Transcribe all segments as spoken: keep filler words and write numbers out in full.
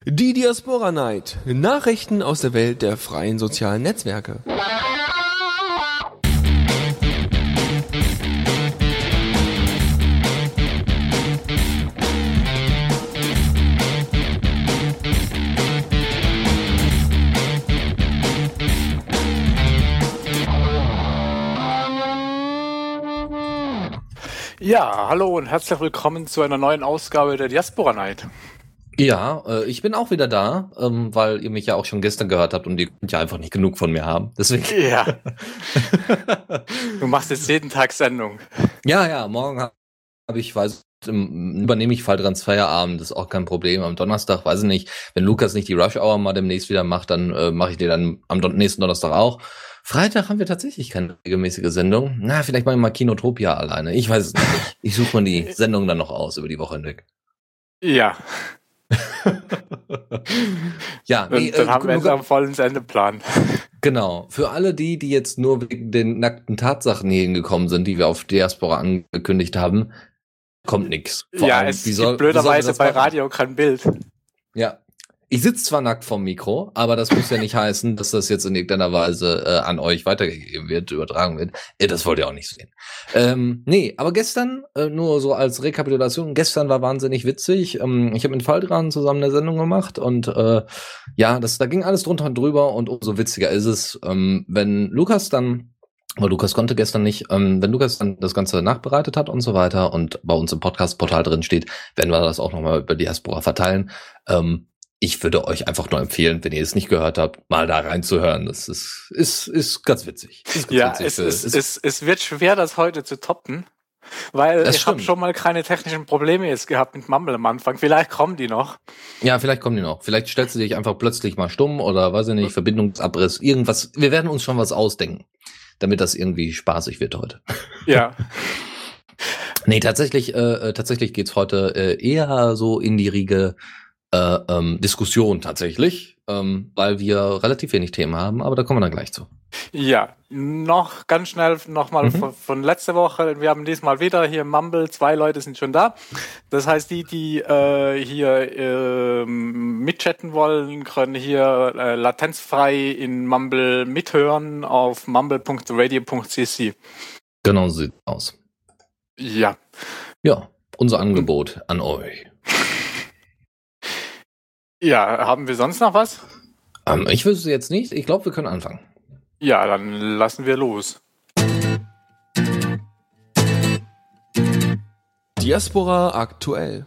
Die Diaspora Night. Nachrichten aus der Welt der freien sozialen Netzwerke. Ja, hallo und herzlich willkommen zu einer neuen Ausgabe der Diaspora Night. Ja, äh, ich bin auch wieder da, ähm, weil ihr mich ja auch schon gestern gehört habt und ihr könnt ja einfach nicht genug von mir haben. Deswegen. Ja. Du machst jetzt jeden Tag Sendung. Ja, ja, morgen habe ich, weiß übernehme ich Falltrans Feierabend, das ist auch kein Problem. Am Donnerstag, weiß ich nicht, wenn Lukas nicht die Rush Hour mal demnächst wieder macht, dann äh, mache ich die dann am Don- nächsten Donnerstag auch. Freitag haben wir tatsächlich keine regelmäßige Sendung. Na, vielleicht mache ich mal Kinotopia alleine. Ich weiß es noch nicht. Ich suche mir die Sendung dann noch aus über die Woche hinweg. Ja. Ja, nee, dann äh, haben wir jetzt einen vollen Sendeplan. Genau. Für alle die, die jetzt nur wegen den nackten Tatsachen hier hingekommen sind, die wir auf Diaspora angekündigt haben, kommt nix. Vor Ja, allem, es wie soll, gibt blöderweise bei machen? Radio kein Bild. Ja. Ich sitze zwar nackt vorm Mikro, aber das muss ja nicht heißen, dass das jetzt in irgendeiner Weise äh, an euch weitergegeben wird, übertragen wird. Äh, das wollt ihr auch nicht sehen. Ähm, nee, aber gestern, äh, nur so als Rekapitulation, gestern war wahnsinnig witzig. Ähm, ich habe mit Faldran zusammen eine Sendung gemacht und äh, ja, das, da ging alles drunter und drüber und umso witziger ist es, ähm, wenn Lukas dann weil Lukas konnte gestern nicht, ähm, wenn Lukas dann das Ganze nachbereitet hat und so weiter und bei uns im Podcast-Portal drin steht, werden wir das auch nochmal über Diaspora verteilen. Ähm, ich würde euch einfach nur empfehlen, wenn ihr es nicht gehört habt, mal da reinzuhören. Das ist, ist, ist ganz witzig. Ist ganz Ja, witzig es, für, es, ist, es, es wird schwer, das heute zu toppen, weil Das ich habe stimmt. schon mal keine technischen Probleme jetzt gehabt mit Mumble am Anfang. Vielleicht kommen die noch. Ja, vielleicht kommen die noch. Vielleicht stellst du dich einfach plötzlich mal stumm oder weiß ich nicht, Verbindungsabriss, irgendwas. Wir werden uns schon was ausdenken, damit das irgendwie spaßig wird heute. Ja. Nee, tatsächlich, äh, tatsächlich geht's heute äh, eher so in die Riege äh, ähm, Diskussion tatsächlich, ähm, weil wir relativ wenig Themen haben, aber da kommen wir dann gleich zu. Ja, noch ganz schnell nochmal Mhm. von, von letzter Woche. Wir haben diesmal wieder hier im Mumble, zwei Leute sind schon da. Das heißt, die, die äh, hier ähm, mitchatten wollen, können hier äh, latenzfrei in Mumble mithören auf mumble punkt radio punkt c c. Genau so sieht's aus. Ja. Ja, unser Angebot an euch. Ja, haben wir sonst noch was? Ähm, ich wüsste jetzt nicht. Ich glaube, wir können anfangen. Ja, dann lassen wir los. Diaspora aktuell.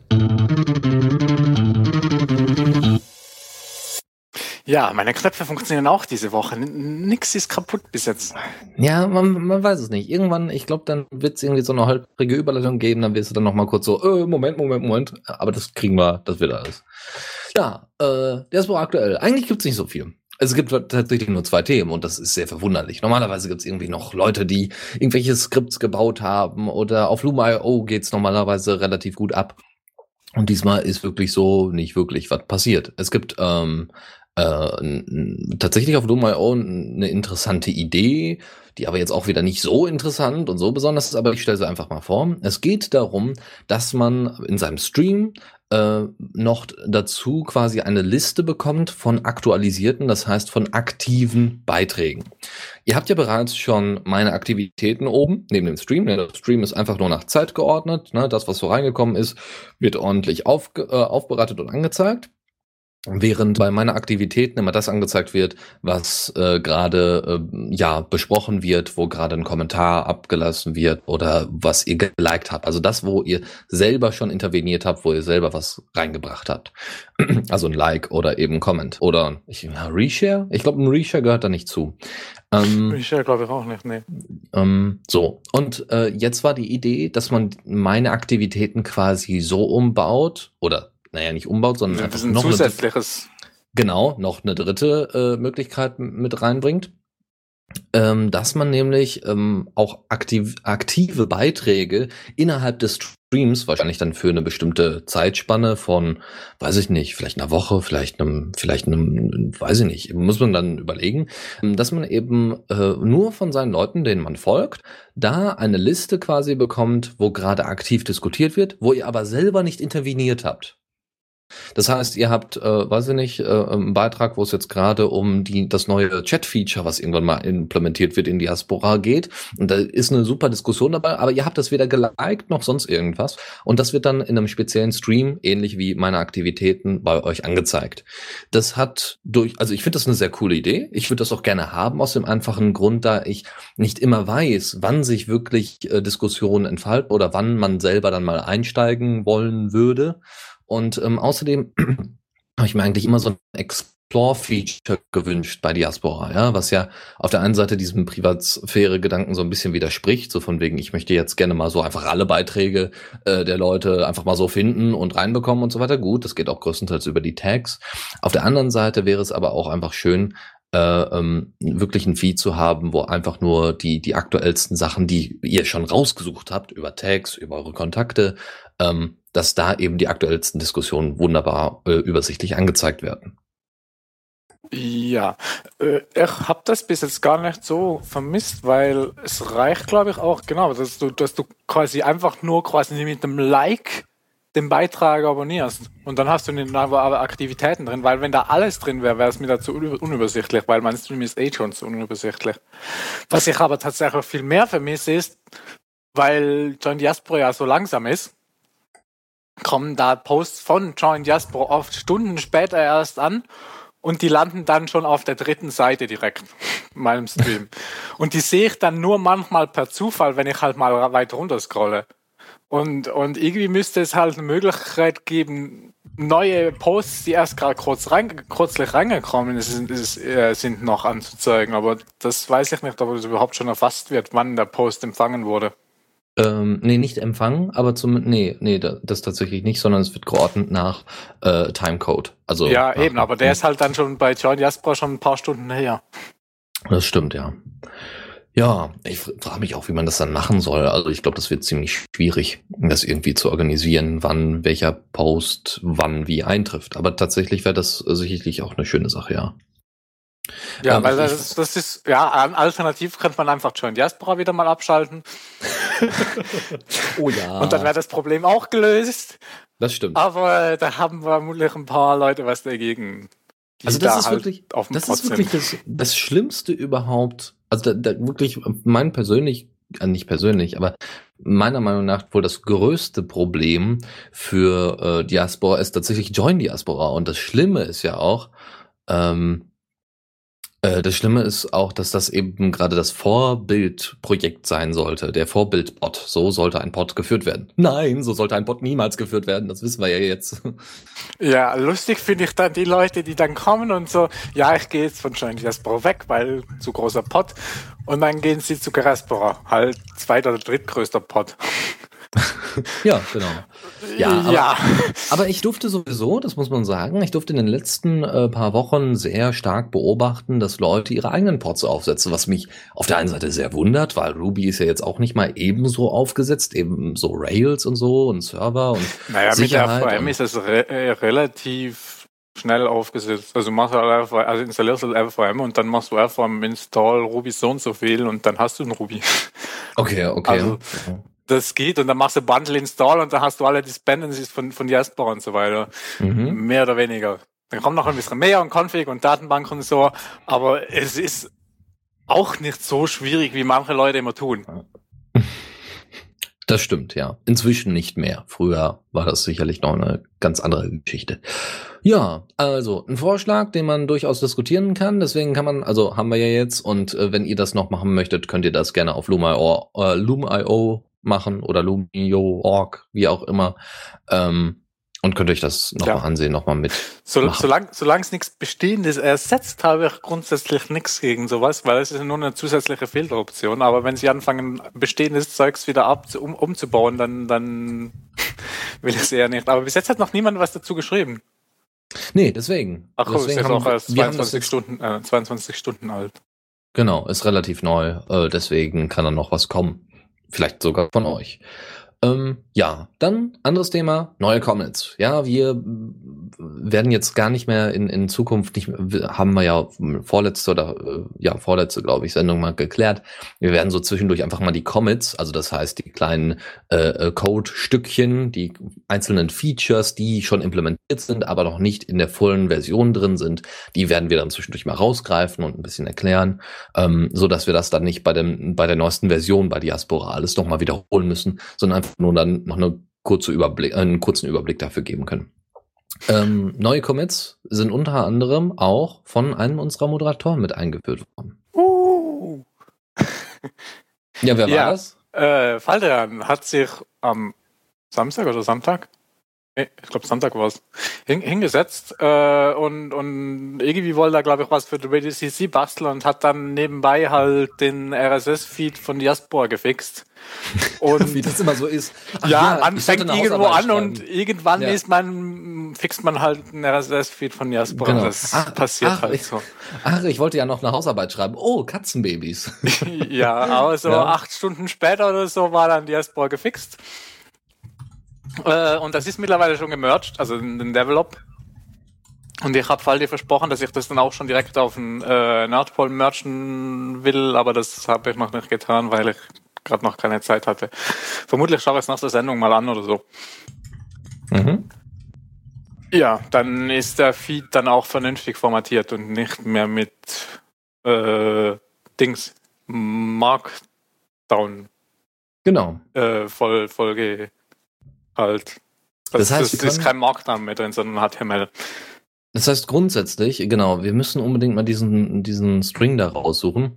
Ja, meine Knöpfe funktionieren auch diese Woche. N- Nix ist kaputt bis jetzt. Ja, man, man weiß es nicht. Irgendwann, ich glaube, dann wird es irgendwie so eine holprige Überleitung geben, dann wirst du dann nochmal kurz so, äh, Moment, Moment, Moment. Aber das kriegen wir, das wird alles. Ja, äh, der ist wohl aktuell. Eigentlich gibt's nicht so viel. Es gibt tatsächlich nur zwei Themen und das ist sehr verwunderlich. Normalerweise gibt's irgendwie noch Leute, die irgendwelche Skripts gebaut haben oder auf Loom punkt io geht's normalerweise relativ gut ab. Und diesmal ist wirklich so nicht wirklich was passiert. Es gibt ähm, äh, n- n- tatsächlich auf Loom punkt io eine interessante Idee, die aber jetzt auch wieder nicht so interessant und so besonders ist, aber ich stelle sie einfach mal vor. Es geht darum, dass man in seinem Stream äh, noch dazu quasi eine Liste bekommt von aktualisierten, das heißt von aktiven Beiträgen. Ihr habt ja bereits schon meine Aktivitäten oben, neben dem Stream. Der Stream ist einfach nur nach Zeit geordnet. Ne? Das, was so reingekommen ist, wird ordentlich aufge- äh, aufbereitet und angezeigt. Während bei meiner Aktivitäten immer das angezeigt wird, was äh, gerade äh, ja besprochen wird, wo gerade ein Kommentar abgelassen wird oder was ihr geliked habt. Also das, wo ihr selber schon interveniert habt, wo ihr selber was reingebracht habt. Also ein Like oder eben ein Comment oder ich, ja, Reshare. Ich glaube, ein Reshare gehört da nicht zu. Ähm, Ich glaube ich auch nicht, nee. ähm, so, und äh, jetzt war die Idee, dass man meine Aktivitäten quasi so umbaut oder naja, nicht umbaut, sondern Das einfach ist ein noch eine, zusätzliches. genau, noch eine dritte äh, Möglichkeit m- mit reinbringt, ähm, dass man nämlich ähm, auch aktiv, aktive Beiträge innerhalb des Streams, wahrscheinlich dann für eine bestimmte Zeitspanne von, weiß ich nicht, vielleicht einer Woche, vielleicht einem, vielleicht einem, weiß ich nicht, muss man dann überlegen, ähm, dass man eben äh, nur von seinen Leuten, denen man folgt, da eine Liste quasi bekommt, wo gerade aktiv diskutiert wird, wo ihr aber selber nicht interveniert habt. Das heißt, ihr habt, äh, weiß ich nicht, äh, einen Beitrag, wo es jetzt gerade um die das neue Chat-Feature, was irgendwann mal implementiert wird in Diaspora geht. Und da ist eine super Diskussion dabei, aber ihr habt das weder geliked noch sonst irgendwas. Und das wird dann in einem speziellen Stream, ähnlich wie meine Aktivitäten, bei euch angezeigt. Das hat durch, also ich finde das eine sehr coole Idee. Ich würde das auch gerne haben, aus dem einfachen Grund, da ich nicht immer weiß, wann sich wirklich äh, Diskussionen entfalten oder wann man selber dann mal einsteigen wollen würde. Und ähm, außerdem habe ich mir eigentlich immer so ein Explore-Feature gewünscht bei Diaspora, ja, was ja auf der einen Seite diesem Privatsphäre-Gedanken so ein bisschen widerspricht, so von wegen, ich möchte jetzt gerne mal so einfach alle Beiträge äh, der Leute einfach mal so finden und reinbekommen und so weiter. Gut, das geht auch größtenteils über die Tags. Auf der anderen Seite wäre es aber auch einfach schön, Äh, ähm, wirklich ein Feed zu haben, wo einfach nur die die aktuellsten Sachen, die ihr schon rausgesucht habt, über Tags, über eure Kontakte, ähm, dass da eben die aktuellsten Diskussionen wunderbar äh, übersichtlich angezeigt werden. Ja, äh, ich habe das bis jetzt gar nicht so vermisst, weil es reicht, glaube ich, auch, genau, dass du, dass du quasi einfach nur quasi mit einem Like den Beitrag abonnierst und dann hast du nicht aber Aktivitäten drin, weil wenn da alles drin wäre, wäre es mir dazu unübersichtlich, weil mein Stream ist eh schon so unübersichtlich. Was ich aber tatsächlich viel mehr vermisse ist, weil Join Diaspora ja so langsam ist, kommen da Posts von Join Diaspora oft Stunden später erst an und die landen dann schon auf der dritten Seite direkt in meinem Stream. Und die sehe ich dann nur manchmal per Zufall, wenn ich halt mal weiter runter scrolle. Und, und irgendwie müsste es halt eine Möglichkeit geben, neue Posts, die erst gerade kurz rein, kürzlich reingekommen sind, ist, äh, sind noch anzuzeigen. Aber das weiß ich nicht, ob das überhaupt schon erfasst wird, wann der Post empfangen wurde. Ähm, nee, nicht empfangen, aber zum, nee, nee, das tatsächlich nicht, sondern es wird geordnet nach äh, Timecode. Also ja, nach, eben, aber der ist halt dann schon bei Join Diaspora schon ein paar Stunden her. Das stimmt, ja. Ja, ich frage mich auch, wie man das dann machen soll. Also ich glaube, das wird ziemlich schwierig, das irgendwie zu organisieren, wann welcher Post wann wie eintrifft. Aber tatsächlich wäre das sicherlich auch eine schöne Sache, ja. Ja, ähm, weil ich, das ist, das ist, ja, alternativ könnte man einfach Join Diaspora wieder mal abschalten. Oh ja. Und dann wäre das Problem auch gelöst. Das stimmt. Aber da haben vermutlich ein paar Leute was dagegen. Also das da ist halt wirklich, auf dem das Trotz ist wirklich das, das Schlimmste überhaupt. Also da, da wirklich mein persönlich, äh, nicht persönlich, aber meiner Meinung nach wohl das größte Problem für äh, Diaspora ist tatsächlich Join Diaspora. Und das Schlimme ist ja auch, ähm, äh, das Schlimme ist auch, dass das eben gerade das Vorbildprojekt sein sollte, der Vorbildbot. So sollte ein Bot geführt werden. Nein, so sollte ein Bot niemals geführt werden. Das wissen wir ja jetzt. Ja, lustig finde ich dann die Leute, die dann kommen und so, ja, ich gehe jetzt von Join Diaspora weg, weil zu großer Pot. Und dann gehen sie zu Diaspora, halt zweiter oder drittgrößter Pot. Ja, genau. Ja, aber, ja. aber ich durfte sowieso, das muss man sagen, ich durfte in den letzten äh, paar Wochen sehr stark beobachten, dass Leute ihre eigenen Pods aufsetzen, was mich auf der einen Seite sehr wundert, weil Ruby ist ja jetzt auch nicht mal ebenso aufgesetzt, eben so Rails und so und Server und naja, Sicherheit. Mit der R V M ist es re äh, relativ schnell aufgesetzt. Also machst du also installierst du R V M und dann machst du R V M Install Ruby so und so viel und dann hast du ein Ruby. Okay, okay. Also, das geht und dann machst du Bundle Install und dann hast du alle Dependencies von, von Diaspora und so weiter. Mhm. Mehr oder weniger. Dann kommt noch ein bisschen mehr und Config und Datenbank und so, aber es ist auch nicht so schwierig, wie manche Leute immer tun. Das stimmt, ja. Inzwischen nicht mehr. Früher war das sicherlich noch eine ganz andere Geschichte. Ja, also ein Vorschlag, den man durchaus diskutieren kann. Deswegen kann man, also haben wir ja jetzt und äh, wenn ihr das noch machen möchtet, könnt ihr das gerne auf Loom Punkt io äh, Loom Punkt io machen oder Loom Punkt io Punkt org, wie auch immer. Ähm, und könnt euch das nochmal ja. ansehen, nochmal mit. So, solange solange es nichts Bestehendes ersetzt, habe ich grundsätzlich nichts gegen sowas, weil es ist nur eine zusätzliche Filteroption. Aber wenn sie anfangen, bestehendes Zeugs wieder ab, um, umzubauen, dann, dann will ich es eher nicht. Aber bis jetzt hat noch niemand was dazu geschrieben. Nee, deswegen. Ach, deswegen ist jetzt auch erst zweiundzwanzig Stunden, äh, zweiundzwanzig Stunden alt. Genau, ist relativ neu. Äh, deswegen kann da noch was kommen. Vielleicht sogar von euch. Ähm, ja, dann anderes Thema, neue Comics. Ja, wir werden jetzt gar nicht mehr in, in Zukunft, nicht mehr, haben wir ja vorletzte oder äh, ja vorletzte, glaube ich, Sendung mal geklärt. Wir werden so zwischendurch einfach mal die Comics, also das heißt die kleinen äh, Code-Stückchen, die einzelnen Features, die schon implementiert sind, aber noch nicht in der vollen Version drin sind, die werden wir dann zwischendurch mal rausgreifen und ein bisschen erklären, ähm, so dass wir das dann nicht bei dem bei der neuesten Version bei Diaspora alles noch mal wiederholen müssen, sondern einfach nur dann noch eine kurze Überblick, einen kurzen Überblick dafür geben können. Ähm, neue Commits sind unter anderem auch von einem unserer Moderatoren mit eingeführt worden. Uh. Ja, wer war ja, das? Äh, Falderan hat sich am Samstag oder Sonntag, ich glaube Sonntag war es, hin, hingesetzt äh, und, und irgendwie wollte er, glaube ich, was für die W D C C basteln und hat dann nebenbei halt den R S S-Feed von Diaspora gefixt. Und wie das immer so ist. Ach, ja, man fängt irgendwo an schreiben. Und irgendwann ja. ist man, fixt man halt einen R S S-Feed von Diaspora. Genau. Das ach, passiert ach, halt ich, so. Ach, ich wollte ja noch eine Hausarbeit schreiben. Oh, Katzenbabys. Ja, aber so ja. acht Stunden später oder so war dann Diaspora gefixt. Äh, und das ist mittlerweile schon gemerged, also in den Develop. Und ich habe Faldi versprochen, dass ich das dann auch schon direkt auf den äh, Nerdpol merchen will, aber das habe ich noch nicht getan, weil ich gerade noch keine Zeit hatte. Vermutlich schaue ich es nach der Sendung mal an oder so. Mhm. Ja, dann ist der Feed dann auch vernünftig formatiert und nicht mehr mit äh, Dings Markdown genau. äh, voll, voll halt. Das, das heißt, das ist kein Markdown mehr drin, sondern H T M L. Das heißt grundsätzlich, genau, wir müssen unbedingt mal diesen, diesen String da raussuchen.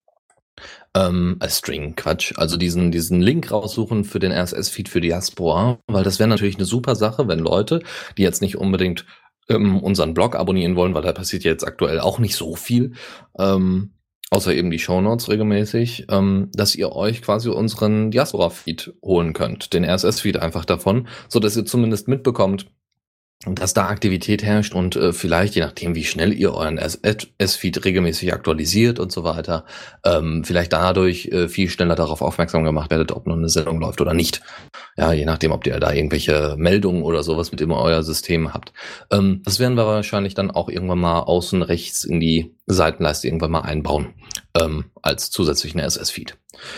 Ähm, äh, String, Quatsch, also diesen, diesen Link raussuchen für den R S S-Feed für Diaspora, weil das wäre natürlich eine super Sache, wenn Leute, die jetzt nicht unbedingt ähm, unseren Blog abonnieren wollen, weil da passiert ja jetzt aktuell auch nicht so viel, ähm, außer eben die Shownotes regelmäßig, ähm, dass ihr euch quasi unseren Diaspora-Feed holen könnt, den R S S-Feed einfach davon, so dass ihr zumindest mitbekommt, dass da Aktivität herrscht und äh, vielleicht, je nachdem, wie schnell ihr euren R S S-Feed regelmäßig aktualisiert und so weiter, ähm, vielleicht dadurch äh, viel schneller darauf aufmerksam gemacht werdet, ob noch eine Sendung läuft oder nicht. Ja, je nachdem, ob ihr da irgendwelche Meldungen oder sowas mit dem euer System habt. Ähm, das werden wir wahrscheinlich dann auch irgendwann mal außen rechts in die Seitenleiste irgendwann mal einbauen, ähm, als zusätzlichen R S S-Feed.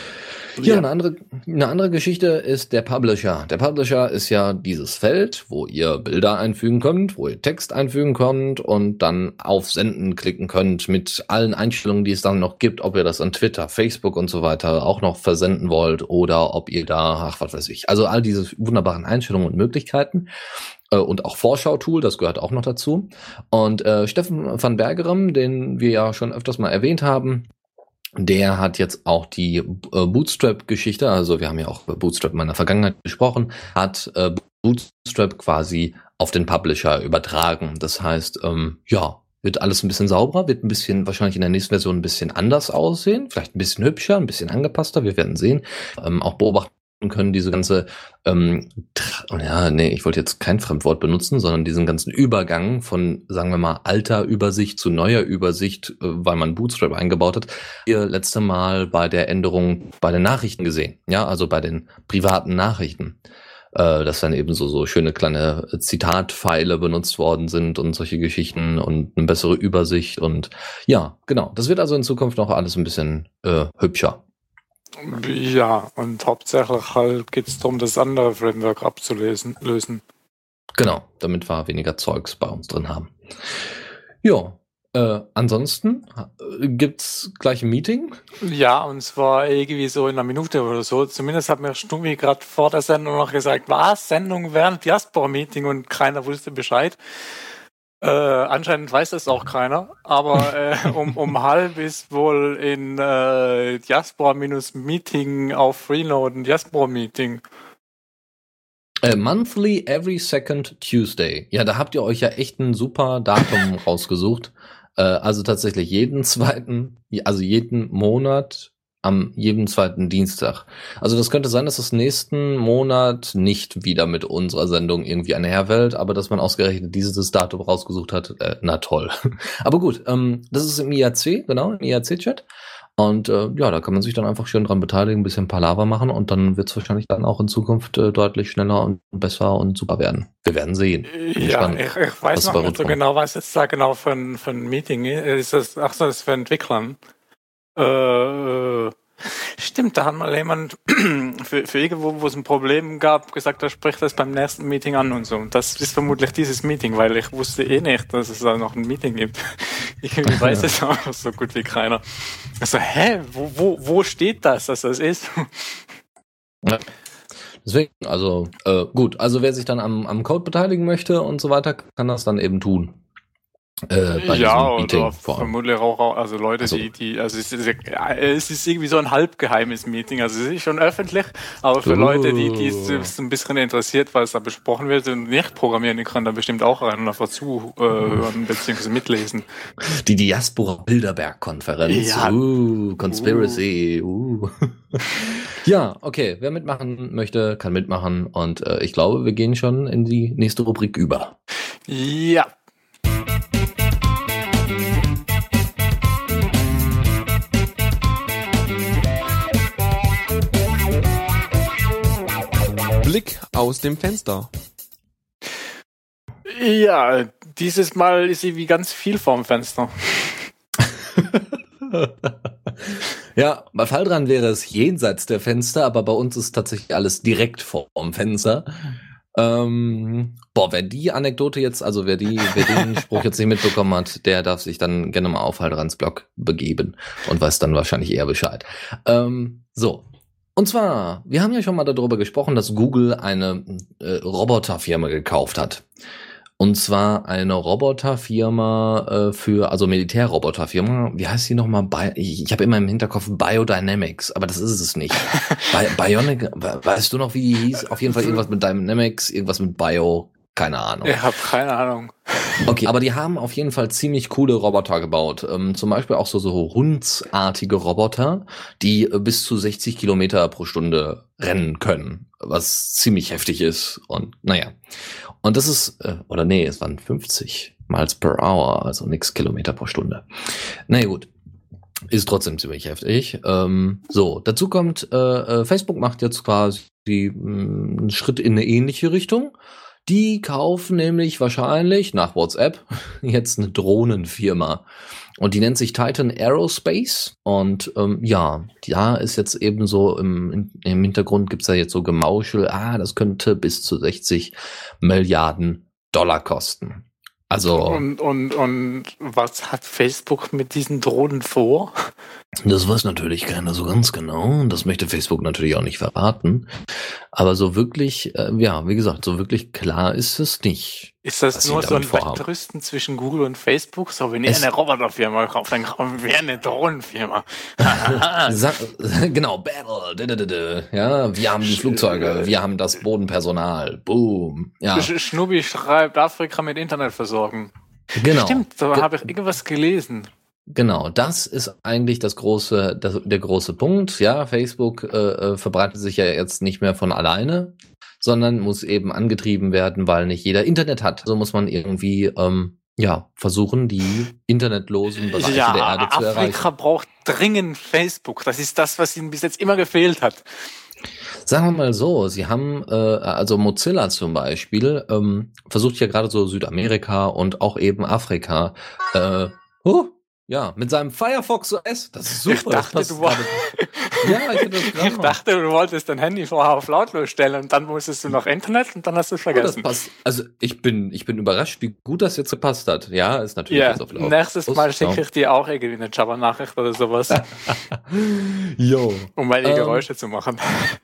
Ja, eine andere, eine andere Geschichte ist der Publisher. Der Publisher ist ja dieses Feld, wo ihr Bilder einfügen könnt, wo ihr Text einfügen könnt und dann auf Senden klicken könnt mit allen Einstellungen, die es dann noch gibt, ob ihr das an Twitter, Facebook und so weiter auch noch versenden wollt oder ob ihr da, ach, was weiß ich. Also all diese wunderbaren Einstellungen und Möglichkeiten. Und auch Vorschau-Tool, das gehört auch noch dazu. Und äh, Steffen van Bergerem, den wir ja schon öfters mal erwähnt haben, der hat jetzt auch die äh, Bootstrap-Geschichte, also wir haben ja auch über Bootstrap in meiner Vergangenheit gesprochen, hat äh, Bootstrap quasi auf den Publisher übertragen. Das heißt, ähm, ja, wird alles ein bisschen sauberer, wird ein bisschen, wahrscheinlich in der nächsten Version ein bisschen anders aussehen, vielleicht ein bisschen hübscher, ein bisschen angepasster, wir werden sehen. Ähm, auch beobachten können diese ganze, ähm, ja, nee, ich wollte jetzt kein Fremdwort benutzen, sondern diesen ganzen Übergang von, sagen wir mal, alter Übersicht zu neuer Übersicht, äh, weil man Bootstrap eingebaut hat, ihr letzte Mal bei der Änderung bei den Nachrichten gesehen, ja, also bei den privaten Nachrichten, äh, dass dann eben so, so schöne kleine Zitatpfeile benutzt worden sind und solche Geschichten und eine bessere Übersicht und ja, genau, das wird also in Zukunft noch alles ein bisschen äh, hübscher. Ja, und hauptsächlich halt geht es darum, das andere Framework abzulösen. Lösen. Genau, damit wir weniger Zeugs bei uns drin haben. Ja, äh, ansonsten äh, gibt's gleich ein Meeting? Ja, und zwar irgendwie so in einer Minute oder so. Zumindest hat mir Stumi gerade vor der Sendung noch gesagt, was, Sendung während Diaspora-Meeting und keiner wusste Bescheid. Äh, anscheinend weiß das auch keiner, aber äh, um, um halb ist wohl in äh, Diaspora-Meeting auf Freenode ein Diaspora-Meeting. Uh, monthly every second Tuesday. Ja, da habt ihr euch ja echt ein super Datum rausgesucht. Uh, also tatsächlich jeden zweiten, also jeden Monat am jeden zweiten Dienstag. Also das könnte sein, dass es nächsten Monat nicht wieder mit unserer Sendung irgendwie einherfällt, aber dass man ausgerechnet dieses Datum rausgesucht hat, äh, na toll. Aber gut, ähm, das ist im I A C, genau, im I A C-Chat. Und äh, ja, da kann man sich dann einfach schön dran beteiligen, ein bisschen Palaver machen und dann wird es wahrscheinlich dann auch in Zukunft äh, deutlich schneller und besser und super werden. Wir werden sehen. Bin Ja, gespannt, ich, ich weiß was noch bei nicht so rumkommt. genau, was jetzt da genau für ein, für ein Meeting ist. Ist das, ach so, das ist für Entwicklern. Äh, stimmt, da hat mal jemand für, für irgendwo, wo es ein Problem gab, gesagt, er spricht das beim nächsten Meeting an und so. Und das ist vermutlich dieses Meeting, weil ich wusste eh nicht, dass es da noch ein Meeting gibt. Ich weiß es auch so gut wie keiner. Also, hä, wo, wo, wo steht das, dass das ist? Ja. Deswegen, also äh, gut, also wer sich dann am, am Code beteiligen möchte und so weiter, kann das dann eben tun. Äh, bei Ja, diesem Meeting oder vor allem. vermutlich auch, auch also Leute, Also. die, die, also es ist, ja, es ist irgendwie so ein halbgeheimes Meeting, also es ist schon öffentlich, aber für Uh. Leute, die, die es ein bisschen interessiert, was da besprochen wird und nicht programmieren, die können da bestimmt auch rein und einfach zuhören, beziehungsweise mitlesen. Die Diaspora Bilderberg-Konferenz. Ja. Uh, Conspiracy. Uh. Ja, okay. Wer mitmachen möchte, kann mitmachen. Und äh, ich glaube, wir gehen schon in die nächste Rubrik über. Ja. Blick aus dem Fenster. Ja, dieses Mal ist sie wie ganz viel vorm Fenster. Ja, bei Fall dran wäre es jenseits der Fenster, aber bei uns ist tatsächlich alles direkt vorm Fenster. Ähm, boah, wer die Anekdote jetzt, also wer die, wer den Spruch jetzt nicht mitbekommen hat, der darf sich dann gerne mal auf Haldrans Blog begeben und weiß dann wahrscheinlich eher Bescheid. Ähm, so. Und zwar, wir haben ja schon mal darüber gesprochen, dass Google eine äh, Roboterfirma gekauft hat. Und zwar eine Roboterfirma äh, für, also Militärroboterfirma. Wie heißt die nochmal? Bi- ich ich habe immer im Hinterkopf Biodynamics, aber das ist es nicht. Bi- Bionic, weißt du noch, wie die hieß? Auf jeden Fall irgendwas mit Dynamics, irgendwas mit Bio, keine Ahnung. Ich habe keine Ahnung. Okay, aber die haben auf jeden Fall ziemlich coole Roboter gebaut. Ähm, zum Beispiel auch so, so hundsartige Roboter, die äh, bis zu sechzig Kilometer pro Stunde rennen können, was ziemlich heftig ist. Und naja. Und das ist, äh, oder nee, es waren fünfzig Miles per Hour, also nix Kilometer pro Stunde. Naja, gut. Ist trotzdem ziemlich heftig. Ähm, so, dazu kommt, äh, äh, Facebook macht jetzt quasi mh, einen Schritt in eine ähnliche Richtung. Die kaufen nämlich wahrscheinlich nach WhatsApp jetzt eine Drohnenfirma. Und die nennt sich Titan Aerospace. Und ähm, ja, da ist jetzt eben so im, im Hintergrund gibt's da jetzt so Gemauschel, ah, das könnte bis zu sechzig Milliarden Dollar kosten. Also Und, und, und was hat Facebook mit diesen Drohnen vor? das weiß natürlich keiner so ganz genau. Und das möchte Facebook natürlich auch nicht verraten. Aber so wirklich, äh, ja, wie gesagt, so wirklich klar ist es nicht. Ist das was nur sie so ein damit vorhaben. Wettrüsten zwischen Google und Facebook? So, wenn ihr Es- eine Roboterfirma kauft, dann kaufen wir eine Drohnenfirma. Sa genau, Battle. da, da, da, da. Ja, wir haben die Flugzeuge, wir haben das Bodenpersonal. Boom. Ja, Sch- Schnubi schreibt, Afrika mit Internet versorgen. genau. Stimmt, da Ge- habe ich irgendwas gelesen. Genau, das ist eigentlich das große, das, der große Punkt. Ja, Facebook äh, äh, verbreitet sich ja jetzt nicht mehr von alleine, sondern muss eben angetrieben werden, weil nicht jeder Internet hat. So muss man irgendwie ähm, ja versuchen, die internetlosen Bereiche Ja, der Erde zu erreichen. Afrika braucht dringend Facebook. Das ist das, was ihnen bis jetzt immer gefehlt hat. Sagen wir mal so, sie haben, äh, also Mozilla zum Beispiel, ähm, versucht ja gerade so Südamerika und auch eben Afrika, äh, oh, ja, mit seinem Firefox O S, das ist super. Ich dachte, das passt du woll- gerade- ja, ich hätte das gerade Ich dachte, du wolltest dein Handy vorher auf lautlos stellen und dann musstest du noch Internet und dann hast du es Oh, das vergessen. passt. Also ich bin, ich bin überrascht, wie gut das jetzt gepasst hat. Ja, ist natürlich Ja, jetzt auf laut. nächstes Mal Ja. schicke ich dir auch irgendwie eine Java-Nachricht oder sowas, Jo. um mal die Ähm. Geräusche zu machen.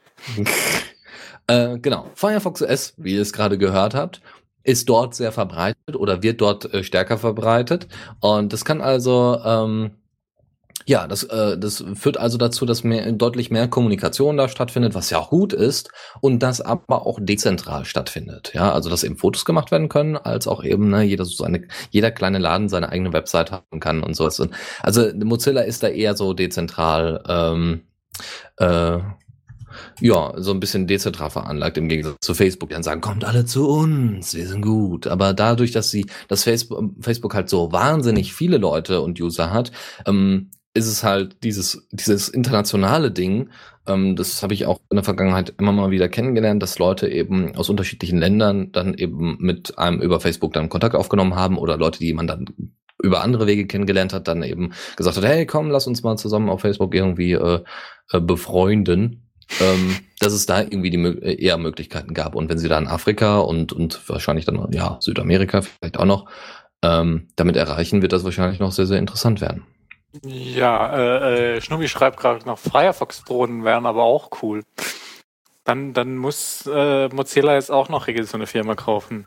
Äh, genau. Firefox O S, wie ihr es gerade gehört habt, ist dort sehr verbreitet oder wird dort äh, stärker verbreitet. Und das kann also, ähm, ja, das, äh, das führt also dazu, dass mehr, deutlich mehr Kommunikation da stattfindet, was ja auch gut ist. Und das aber auch dezentral stattfindet. Ja, also dass eben Fotos gemacht werden können, als auch eben, ne, jeder so seine, jeder kleine Laden seine eigene Website haben kann und sowas. Und also Mozilla ist da eher so dezentral, ähm, äh, ja, so ein bisschen dezentral veranlagt im Gegensatz zu Facebook, die dann sagen, kommt alle zu uns, wir sind gut. Aber dadurch, dass sie, dass Facebook, Facebook halt so wahnsinnig viele Leute und User hat, ähm, ist es halt dieses, dieses internationale Ding, ähm, das habe ich auch in der Vergangenheit immer mal wieder kennengelernt, dass Leute eben aus unterschiedlichen Ländern dann eben mit einem über Facebook dann Kontakt aufgenommen haben oder Leute, die man dann über andere Wege kennengelernt hat, dann eben gesagt hat, hey, komm, lass uns mal zusammen auf Facebook irgendwie äh, äh, befreunden. Ähm, dass es da irgendwie die eher Möglichkeiten gab. Und wenn sie da in Afrika und, und wahrscheinlich dann, ja, Südamerika vielleicht auch noch, ähm, damit erreichen, wird das wahrscheinlich noch sehr, sehr interessant werden. Ja, äh, äh, Schnubbi schreibt gerade noch, Firefox-Drohnen wären aber auch cool. Dann, dann muss äh, Mozilla jetzt auch noch so eine Firma kaufen.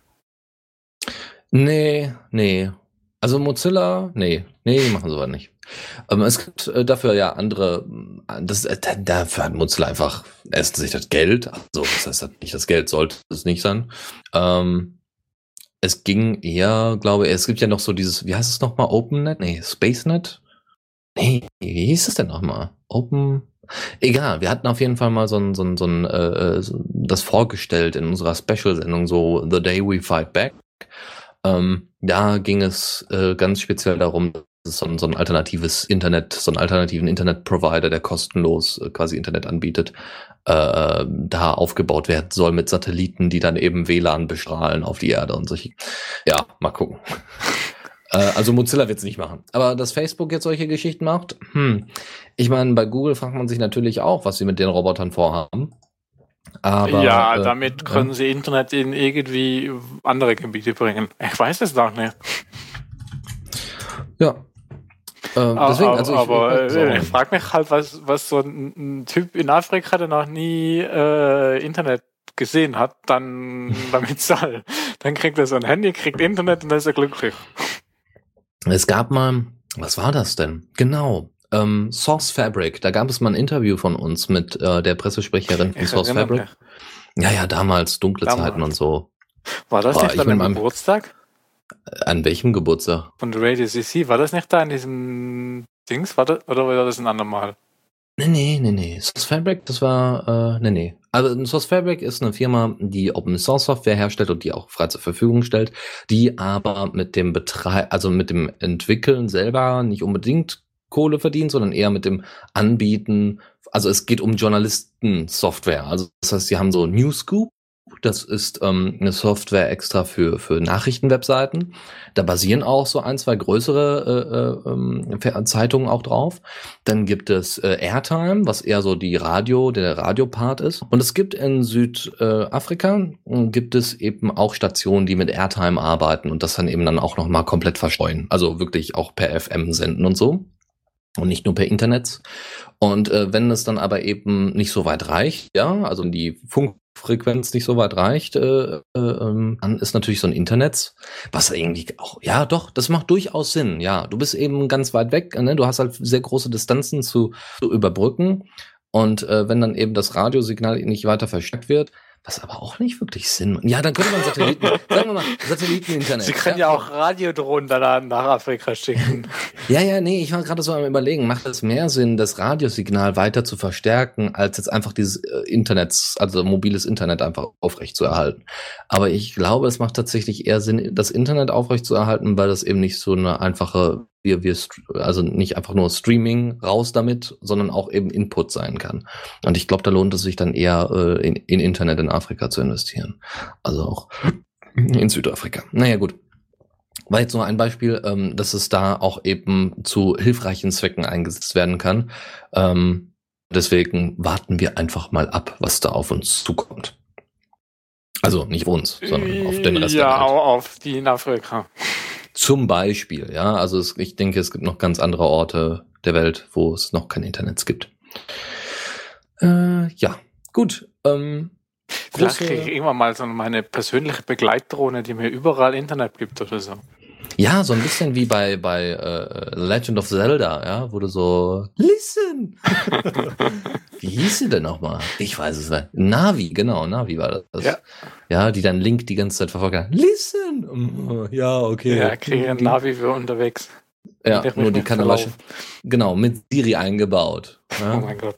Nee, nee. Also Mozilla, nee, nee, die machen sowas nicht. Ähm, es gibt äh, dafür ja andere, das, äh, dafür hat Mozilla einfach erst sich das Geld, also das heißt nicht das Geld, sollte es nicht sein. Ähm, es ging eher, glaube ich, es gibt ja noch so dieses, wie heißt es nochmal, OpenNet? Nee, SpaceNet? Nee, wie hieß es denn nochmal? Open... Egal, wir hatten auf jeden Fall mal so ein, so ein, so ein äh, so das vorgestellt in unserer Special-Sendung, so The Day We Fight Back. Ähm, da ging es äh, ganz speziell darum, dass es so ein, so ein alternatives Internet, so einen alternativen Internet-Provider, der kostenlos äh, quasi Internet anbietet, äh, da aufgebaut werden soll mit Satelliten, die dann eben W L A N bestrahlen auf die Erde und solche. Ja, mal gucken. äh, also Mozilla wird's nicht machen. Aber dass Facebook jetzt solche Geschichten macht, hm. Ich meine, bei Google fragt man sich natürlich auch, was sie mit den Robotern vorhaben. Aber, ja, äh, damit können ja. sie Internet in irgendwie andere Gebiete bringen. Ich weiß es doch nicht. Ja. Äh, deswegen, aber also ich, aber ich, äh, ich frage mich halt, was, was so ein, ein Typ in Afrika, der noch nie äh, Internet gesehen hat, dann damit soll. Dann kriegt er so ein Handy, kriegt Internet und dann ist er glücklich. Es gab mal, was war das denn? Genau. Ähm, Source Fabric, da gab es mal ein Interview von uns mit äh, der Pressesprecherin von Ich Source erinnere Fabric. Ja, ja, damals, dunkle Damals. Zeiten und so. War das Boah, nicht ich an mit dem meinem- Geburtstag An welchem Geburtstag? von Radio C C? War das nicht da in diesem Dings? War das, oder war das ein andermal? Nee, nee, nee, nee. Source Fabric, das war, äh, nee, nee. Also Source Fabric ist eine Firma, die Open Source Software herstellt und die auch frei zur Verfügung stellt, die aber mit dem Betreib, also mit dem Entwickeln selber nicht unbedingt Kohle verdient, sondern eher mit dem Anbieten. Also es geht um Journalisten-Software. Also das heißt, sie haben so Newscoop. Das ist ähm, eine Software extra für für Nachrichtenwebseiten. Da basieren auch so ein, zwei größere äh, äh, Zeitungen auch drauf. Dann gibt es äh, Airtime, was eher so die Radio, der Radiopart ist. Und es gibt in Südafrika äh, gibt es eben auch Stationen, die mit Airtime arbeiten und das dann eben dann auch nochmal komplett verstreuen. Also wirklich auch per F M senden und so. Und nicht nur per Internet. Und äh, wenn es dann aber eben nicht so weit reicht, ja, also die Funkfrequenz nicht so weit reicht, äh, äh, dann ist natürlich so ein Internet, was irgendwie auch, ja doch, das macht durchaus Sinn, ja. Du bist eben ganz weit weg, ne? Du hast halt sehr große Distanzen zu, zu überbrücken. Und äh, wenn dann eben das Radiosignal nicht weiter verstärkt wird, was aber auch nicht wirklich Sinn macht. Ja, dann könnte man Satelliten, sagen wir mal, Satelliten-Internet. Sie können ja, ja auch Radiodrohnen dann nach Afrika schicken. Ja, ja, nee, ich war gerade so am Überlegen, macht es mehr Sinn, das Radiosignal weiter zu verstärken, als jetzt einfach dieses äh, Internet, also mobiles Internet einfach aufrecht zu erhalten. Aber ich glaube, es macht tatsächlich eher Sinn, das Internet aufrecht zu erhalten, weil das eben nicht so eine einfache, wir, wir, also nicht einfach nur Streaming raus damit, sondern auch eben Input sein kann. Und ich glaube, da lohnt es sich dann eher äh, in, in Internet in Afrika zu investieren. Also auch in Südafrika. Naja, gut. War jetzt nur ein Beispiel, ähm, dass es da auch eben zu hilfreichen Zwecken eingesetzt werden kann. Ähm, deswegen warten wir einfach mal ab, was da auf uns zukommt. Also nicht auf uns, sondern auf den Rest ja, der Welt. auch auf die in Afrika. Zum Beispiel, ja. Also es, ich denke, es gibt noch ganz andere Orte der Welt, wo es noch kein Internet gibt. Äh, ja, gut. Ähm, Vielleicht kriege ich irgendwann mal so meine persönliche Begleitdrohne, die mir überall Internet gibt oder so. Ja, so ein bisschen wie bei bei äh, Legend of Zelda, ja, wo du so Listen. Wie hieß sie denn nochmal? Ich weiß es nicht. Navi, genau, Navi war das. Ja, ja, die dann Link die ganze Zeit verfolgt hat. Listen. Ja, okay. Ja, kriege ein Navi für unterwegs. Ja, nur die kann aber genau mit Siri eingebaut. Ja? Oh mein Gott.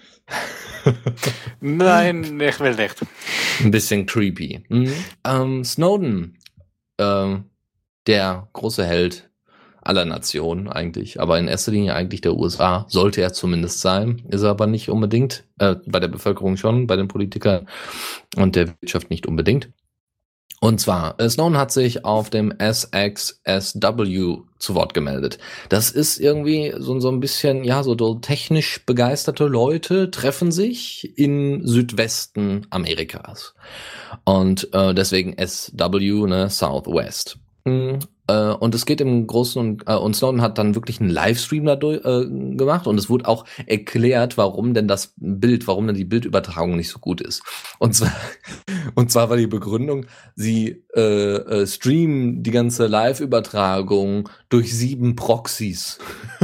Nein, ich will nicht. Ein bisschen creepy. Mhm. Ähm, Snowden, ähm, der große Held aller Nationen eigentlich, aber in erster Linie eigentlich der U S A, sollte er zumindest sein, ist er aber nicht unbedingt, äh, bei der Bevölkerung schon, bei den Politikern und der Wirtschaft nicht unbedingt. Und zwar, Snowden hat sich auf dem S X S W zu Wort gemeldet. Das ist irgendwie so, so ein bisschen, ja, so technisch begeisterte Leute treffen sich im Südwesten Amerikas. Und äh, deswegen S W, ne, Southwest. Mhm. Äh, und es geht im Großen und, äh, und Snowden hat dann wirklich einen Livestream dadurch äh, gemacht und es wurde auch erklärt, warum denn das Bild, warum denn die Bildübertragung nicht so gut ist. Und zwar, und zwar war die Begründung, sie äh, äh, streamen die ganze Live-Übertragung durch sieben Proxys.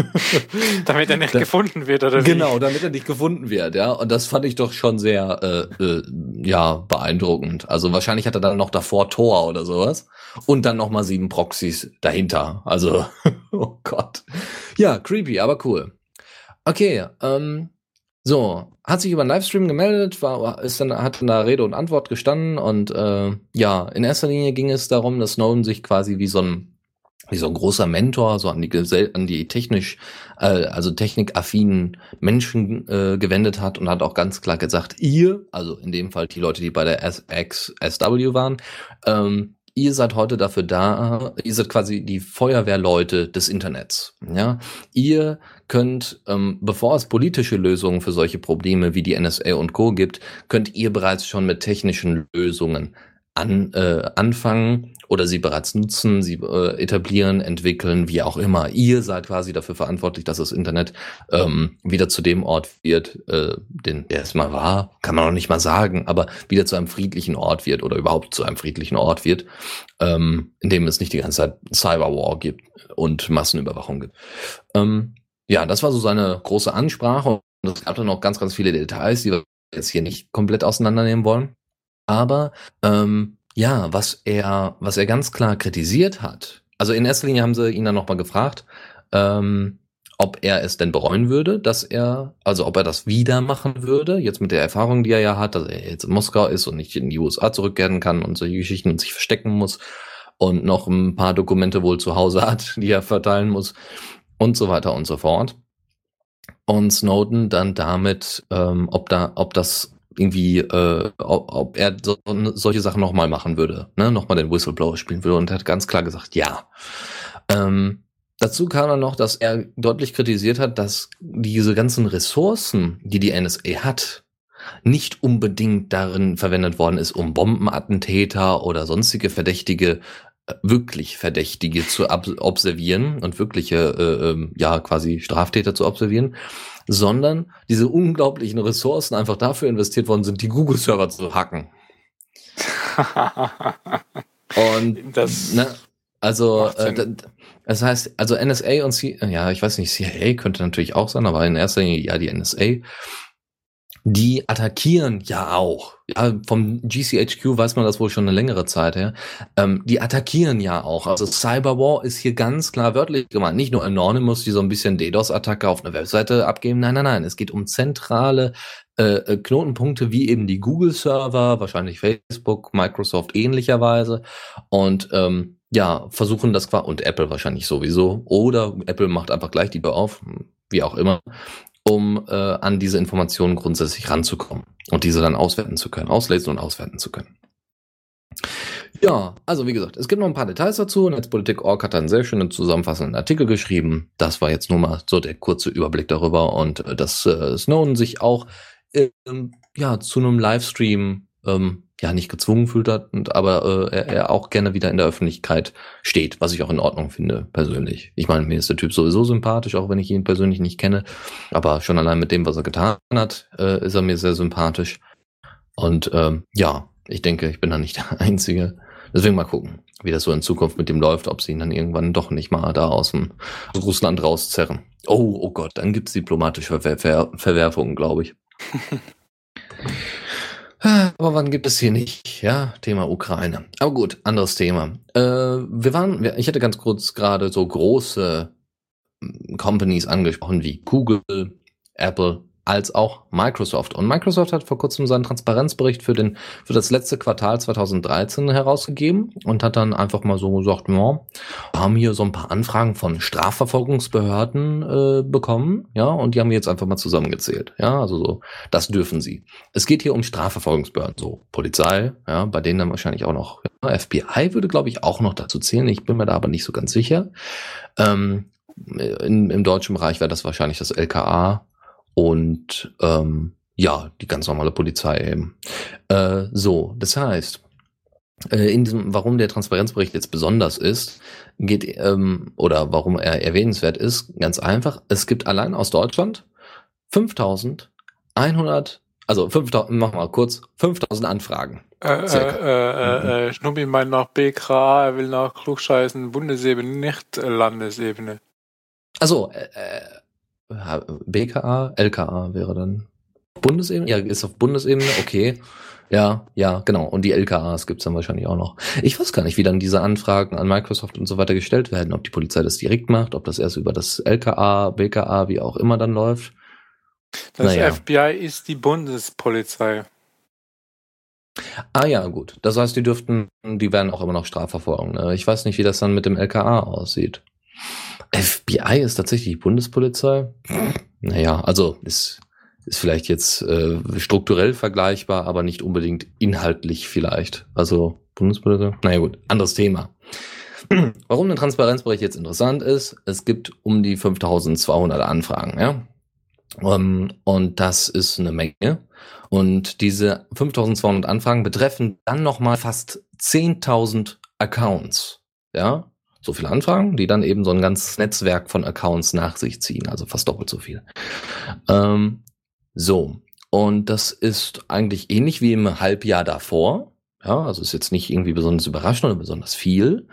Damit er nicht da, gefunden wird, oder wie? Genau, damit er nicht gefunden wird, ja. Und das fand ich doch schon sehr, äh, äh, ja, beeindruckend. Also wahrscheinlich hat er dann noch davor Tor oder sowas. Und dann nochmal sieben Proxys dahinter. Also, oh Gott. Ja, creepy, aber cool. Okay, ähm, so, hat sich über einen Livestream gemeldet, war, ist dann, hat in der Rede und Antwort gestanden und äh, ja, in erster Linie ging es darum, dass Snowden sich quasi wie so ein wie so ein großer Mentor so an die Gesell an die technisch äh, also technikaffinen Menschen äh, gewendet hat und hat auch ganz klar gesagt, ihr, also in dem Fall die Leute, die bei der S X S W waren, ähm, ihr seid heute dafür da, ihr seid quasi die Feuerwehrleute des Internets. Ja, ihr könnt, ähm, bevor es politische Lösungen für solche Probleme wie die N S A und Co. gibt, könnt ihr bereits schon mit technischen Lösungen an, äh, anfangen oder sie bereits nutzen, sie äh, etablieren, entwickeln, wie auch immer. Ihr seid quasi dafür verantwortlich, dass das Internet ähm, wieder zu dem Ort wird, äh, den der es mal war, kann man noch nicht mal sagen, aber wieder zu einem friedlichen Ort wird oder überhaupt zu einem friedlichen Ort wird, ähm, in dem es nicht die ganze Zeit Cyberwar gibt und Massenüberwachung gibt. Ähm, ja, das war so seine große Ansprache und es gab dann noch ganz, ganz viele Details, die wir jetzt hier nicht komplett auseinandernehmen wollen. Aber ähm, ja, was er, was er ganz klar kritisiert hat, also in erster Linie haben sie ihn dann nochmal gefragt, ähm, ob er es denn bereuen würde, dass er, also ob er das wieder machen würde, jetzt mit der Erfahrung, die er ja hat, dass er jetzt in Moskau ist und nicht in die U S A zurückkehren kann und solche Geschichten und sich verstecken muss und noch ein paar Dokumente wohl zu Hause hat, die er verteilen muss und so weiter und so fort. Und Snowden dann damit, ähm, ob da, ob das irgendwie, äh, ob, ob er so, solche Sachen nochmal machen würde, ne, nochmal den Whistleblower spielen würde und er hat ganz klar gesagt, ja. Ähm, dazu kam dann noch, dass er deutlich kritisiert hat, dass diese ganzen Ressourcen, die die N S A hat, nicht unbedingt darin verwendet worden ist, um Bombenattentäter oder sonstige Verdächtige, wirklich Verdächtige zu ab- observieren und wirkliche, äh, ja, quasi Straftäter zu observieren, sondern diese unglaublichen Ressourcen einfach dafür investiert worden sind, die Google-Server zu hacken. Und das ne, also äh, das heißt, also N S A und C, ja, ich weiß nicht, C I A könnte natürlich auch sein, aber in erster Linie ja die N S A. Die attackieren ja auch. Ja, vom G C H Q weiß man das wohl schon eine längere Zeit her. Ähm, die attackieren ja auch. Also Cyberwar ist hier ganz klar wörtlich gemeint. Nicht nur Anonymous, die so ein bisschen DDoS-Attacke auf eine Webseite abgeben. Nein, nein, nein. Es geht um zentrale äh, Knotenpunkte wie eben die Google-Server, wahrscheinlich Facebook, Microsoft ähnlicherweise. Und ähm, ja, versuchen das quasi, und Apple wahrscheinlich sowieso. Oder Apple macht einfach gleich die Tür auf, wie auch immer, um äh, an diese Informationen grundsätzlich ranzukommen und diese dann auswerten zu können, auslesen und auswerten zu können. Ja, also wie gesagt, es gibt noch ein paar Details dazu. Netzpolitik Punkt org hat einen sehr schönen zusammenfassenden Artikel geschrieben. Das war jetzt nur mal so der kurze Überblick darüber und äh, dass äh, Snowden sich auch ähm, ja zu einem Livestream ähm, ja nicht gezwungen fühlt hat, und, aber äh, er, er auch gerne wieder in der Öffentlichkeit steht, was ich auch in Ordnung finde, persönlich. Ich meine, mir ist der Typ sowieso sympathisch, auch wenn ich ihn persönlich nicht kenne, aber schon allein mit dem, was er getan hat, äh, ist er mir sehr sympathisch. Und ähm, ja, ich denke, ich bin da nicht der Einzige. Deswegen mal gucken, wie das so in Zukunft mit dem läuft, ob sie ihn dann irgendwann doch nicht mal da aus dem aus Russland rauszerren. Oh, oh Gott, dann gibt's diplomatische Ver- Ver- Verwerfungen, glaube ich. Aber wann gibt es hier nicht? Ja, Thema Ukraine. Aber gut, anderes Thema. Äh, wir waren, ich hatte ganz kurz gerade so große Companies angesprochen wie Google, Apple, als auch Microsoft. Und Microsoft hat vor kurzem seinen Transparenzbericht für den für das letzte Quartal zweitausenddreizehn herausgegeben und hat dann einfach mal so gesagt, ja, wir haben hier so ein paar Anfragen von Strafverfolgungsbehörden äh, bekommen, ja, und die haben wir jetzt einfach mal zusammengezählt, ja, also so, das dürfen sie. Es geht hier um Strafverfolgungsbehörden, so Polizei, ja, bei denen dann wahrscheinlich auch noch, ja, F B I würde, glaube ich, auch noch dazu zählen, ich bin mir da aber nicht so ganz sicher. Ähm, in, im deutschen Bereich wäre das wahrscheinlich das L K A und ähm, ja, die ganz normale Polizei eben. Äh, so, das heißt, äh, in diesem, warum der Transparenzbericht jetzt besonders ist, geht ähm, oder warum er erwähnenswert ist, ganz einfach. Es gibt allein aus Deutschland fünftausendeinhundert, also fünftausend, machen wir mal kurz, fünftausend Anfragen. Äh, äh, äh, äh, Schnubbi meint nach B K A, er will nach Klugscheißen Bundesebene, nicht äh, Landesebene. Also äh, äh, B K A, L K A wäre dann Bundesebene? Ja, ist auf Bundesebene, okay. Ja, ja, genau. Und die L K As gibt's dann wahrscheinlich auch noch. Ich weiß gar nicht, wie dann diese Anfragen an Microsoft und so weiter gestellt werden. Ob die Polizei das direkt macht, ob das erst über das L K A, B K A, wie auch immer dann läuft. Das naja. F B I ist die Bundespolizei. Ah ja, gut. Das heißt, die dürften, die werden auch immer noch strafverfolgen. Ne? Ich weiß nicht, wie das dann mit dem L K A aussieht. F B I ist tatsächlich die Bundespolizei? Naja, also ist, ist vielleicht jetzt äh, strukturell vergleichbar, aber nicht unbedingt inhaltlich vielleicht. Also Bundespolizei? Naja gut, anderes Thema. Warum der Transparenzbericht jetzt interessant ist, es gibt um die fünftausendzweihundert Anfragen, ja. Um, und das ist eine Menge. Und diese fünftausendzweihundert Anfragen betreffen dann nochmal fast zehntausend Accounts, ja. So viele Anfragen, die dann eben so ein ganzes Netzwerk von Accounts nach sich ziehen, also fast doppelt so viel. Ähm, so, und das ist eigentlich ähnlich wie im Halbjahr davor. Ja, also ist jetzt nicht irgendwie besonders überraschend oder besonders viel.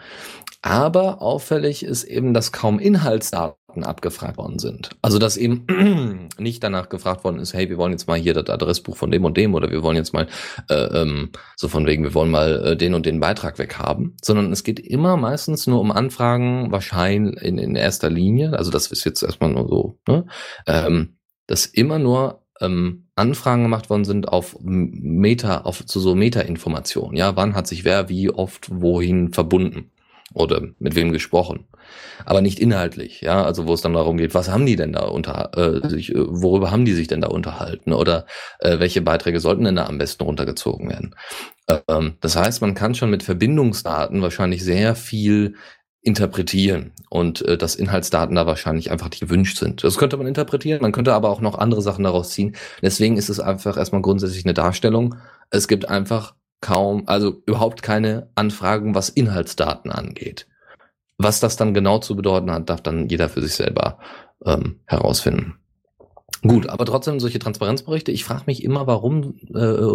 Aber auffällig ist eben, dass kaum Inhaltsdaten abgefragt worden sind. Also dass eben nicht danach gefragt worden ist, hey, wir wollen jetzt mal hier das Adressbuch von dem und dem oder wir wollen jetzt mal äh, ähm, so von wegen, wir wollen mal äh, den und den Beitrag weghaben, sondern es geht immer meistens nur um Anfragen, wahrscheinlich in, in erster Linie, also das ist jetzt erstmal nur so, ne, ähm, dass immer nur ähm, Anfragen gemacht worden sind auf Meta, auf zu so Meta-Informationen. Ja, wann hat sich wer wie oft wohin verbunden? Oder mit wem gesprochen, aber nicht inhaltlich, ja, also wo es dann darum geht, was haben die denn da unter, äh, sich, worüber haben die sich denn da unterhalten oder äh, welche Beiträge sollten denn da am besten runtergezogen werden. Ähm, das heißt, man kann schon mit Verbindungsdaten wahrscheinlich sehr viel interpretieren und äh, dass Inhaltsdaten da wahrscheinlich einfach nicht gewünscht sind. Das könnte man interpretieren, man könnte aber auch noch andere Sachen daraus ziehen. Deswegen ist es einfach erstmal grundsätzlich eine Darstellung. Es gibt einfach kaum, also überhaupt keine Anfragen, was Inhaltsdaten angeht. Was das dann genau zu bedeuten hat, darf dann jeder für sich selber ähm, herausfinden. Gut, aber trotzdem solche Transparenzberichte, ich frage mich immer, warum äh,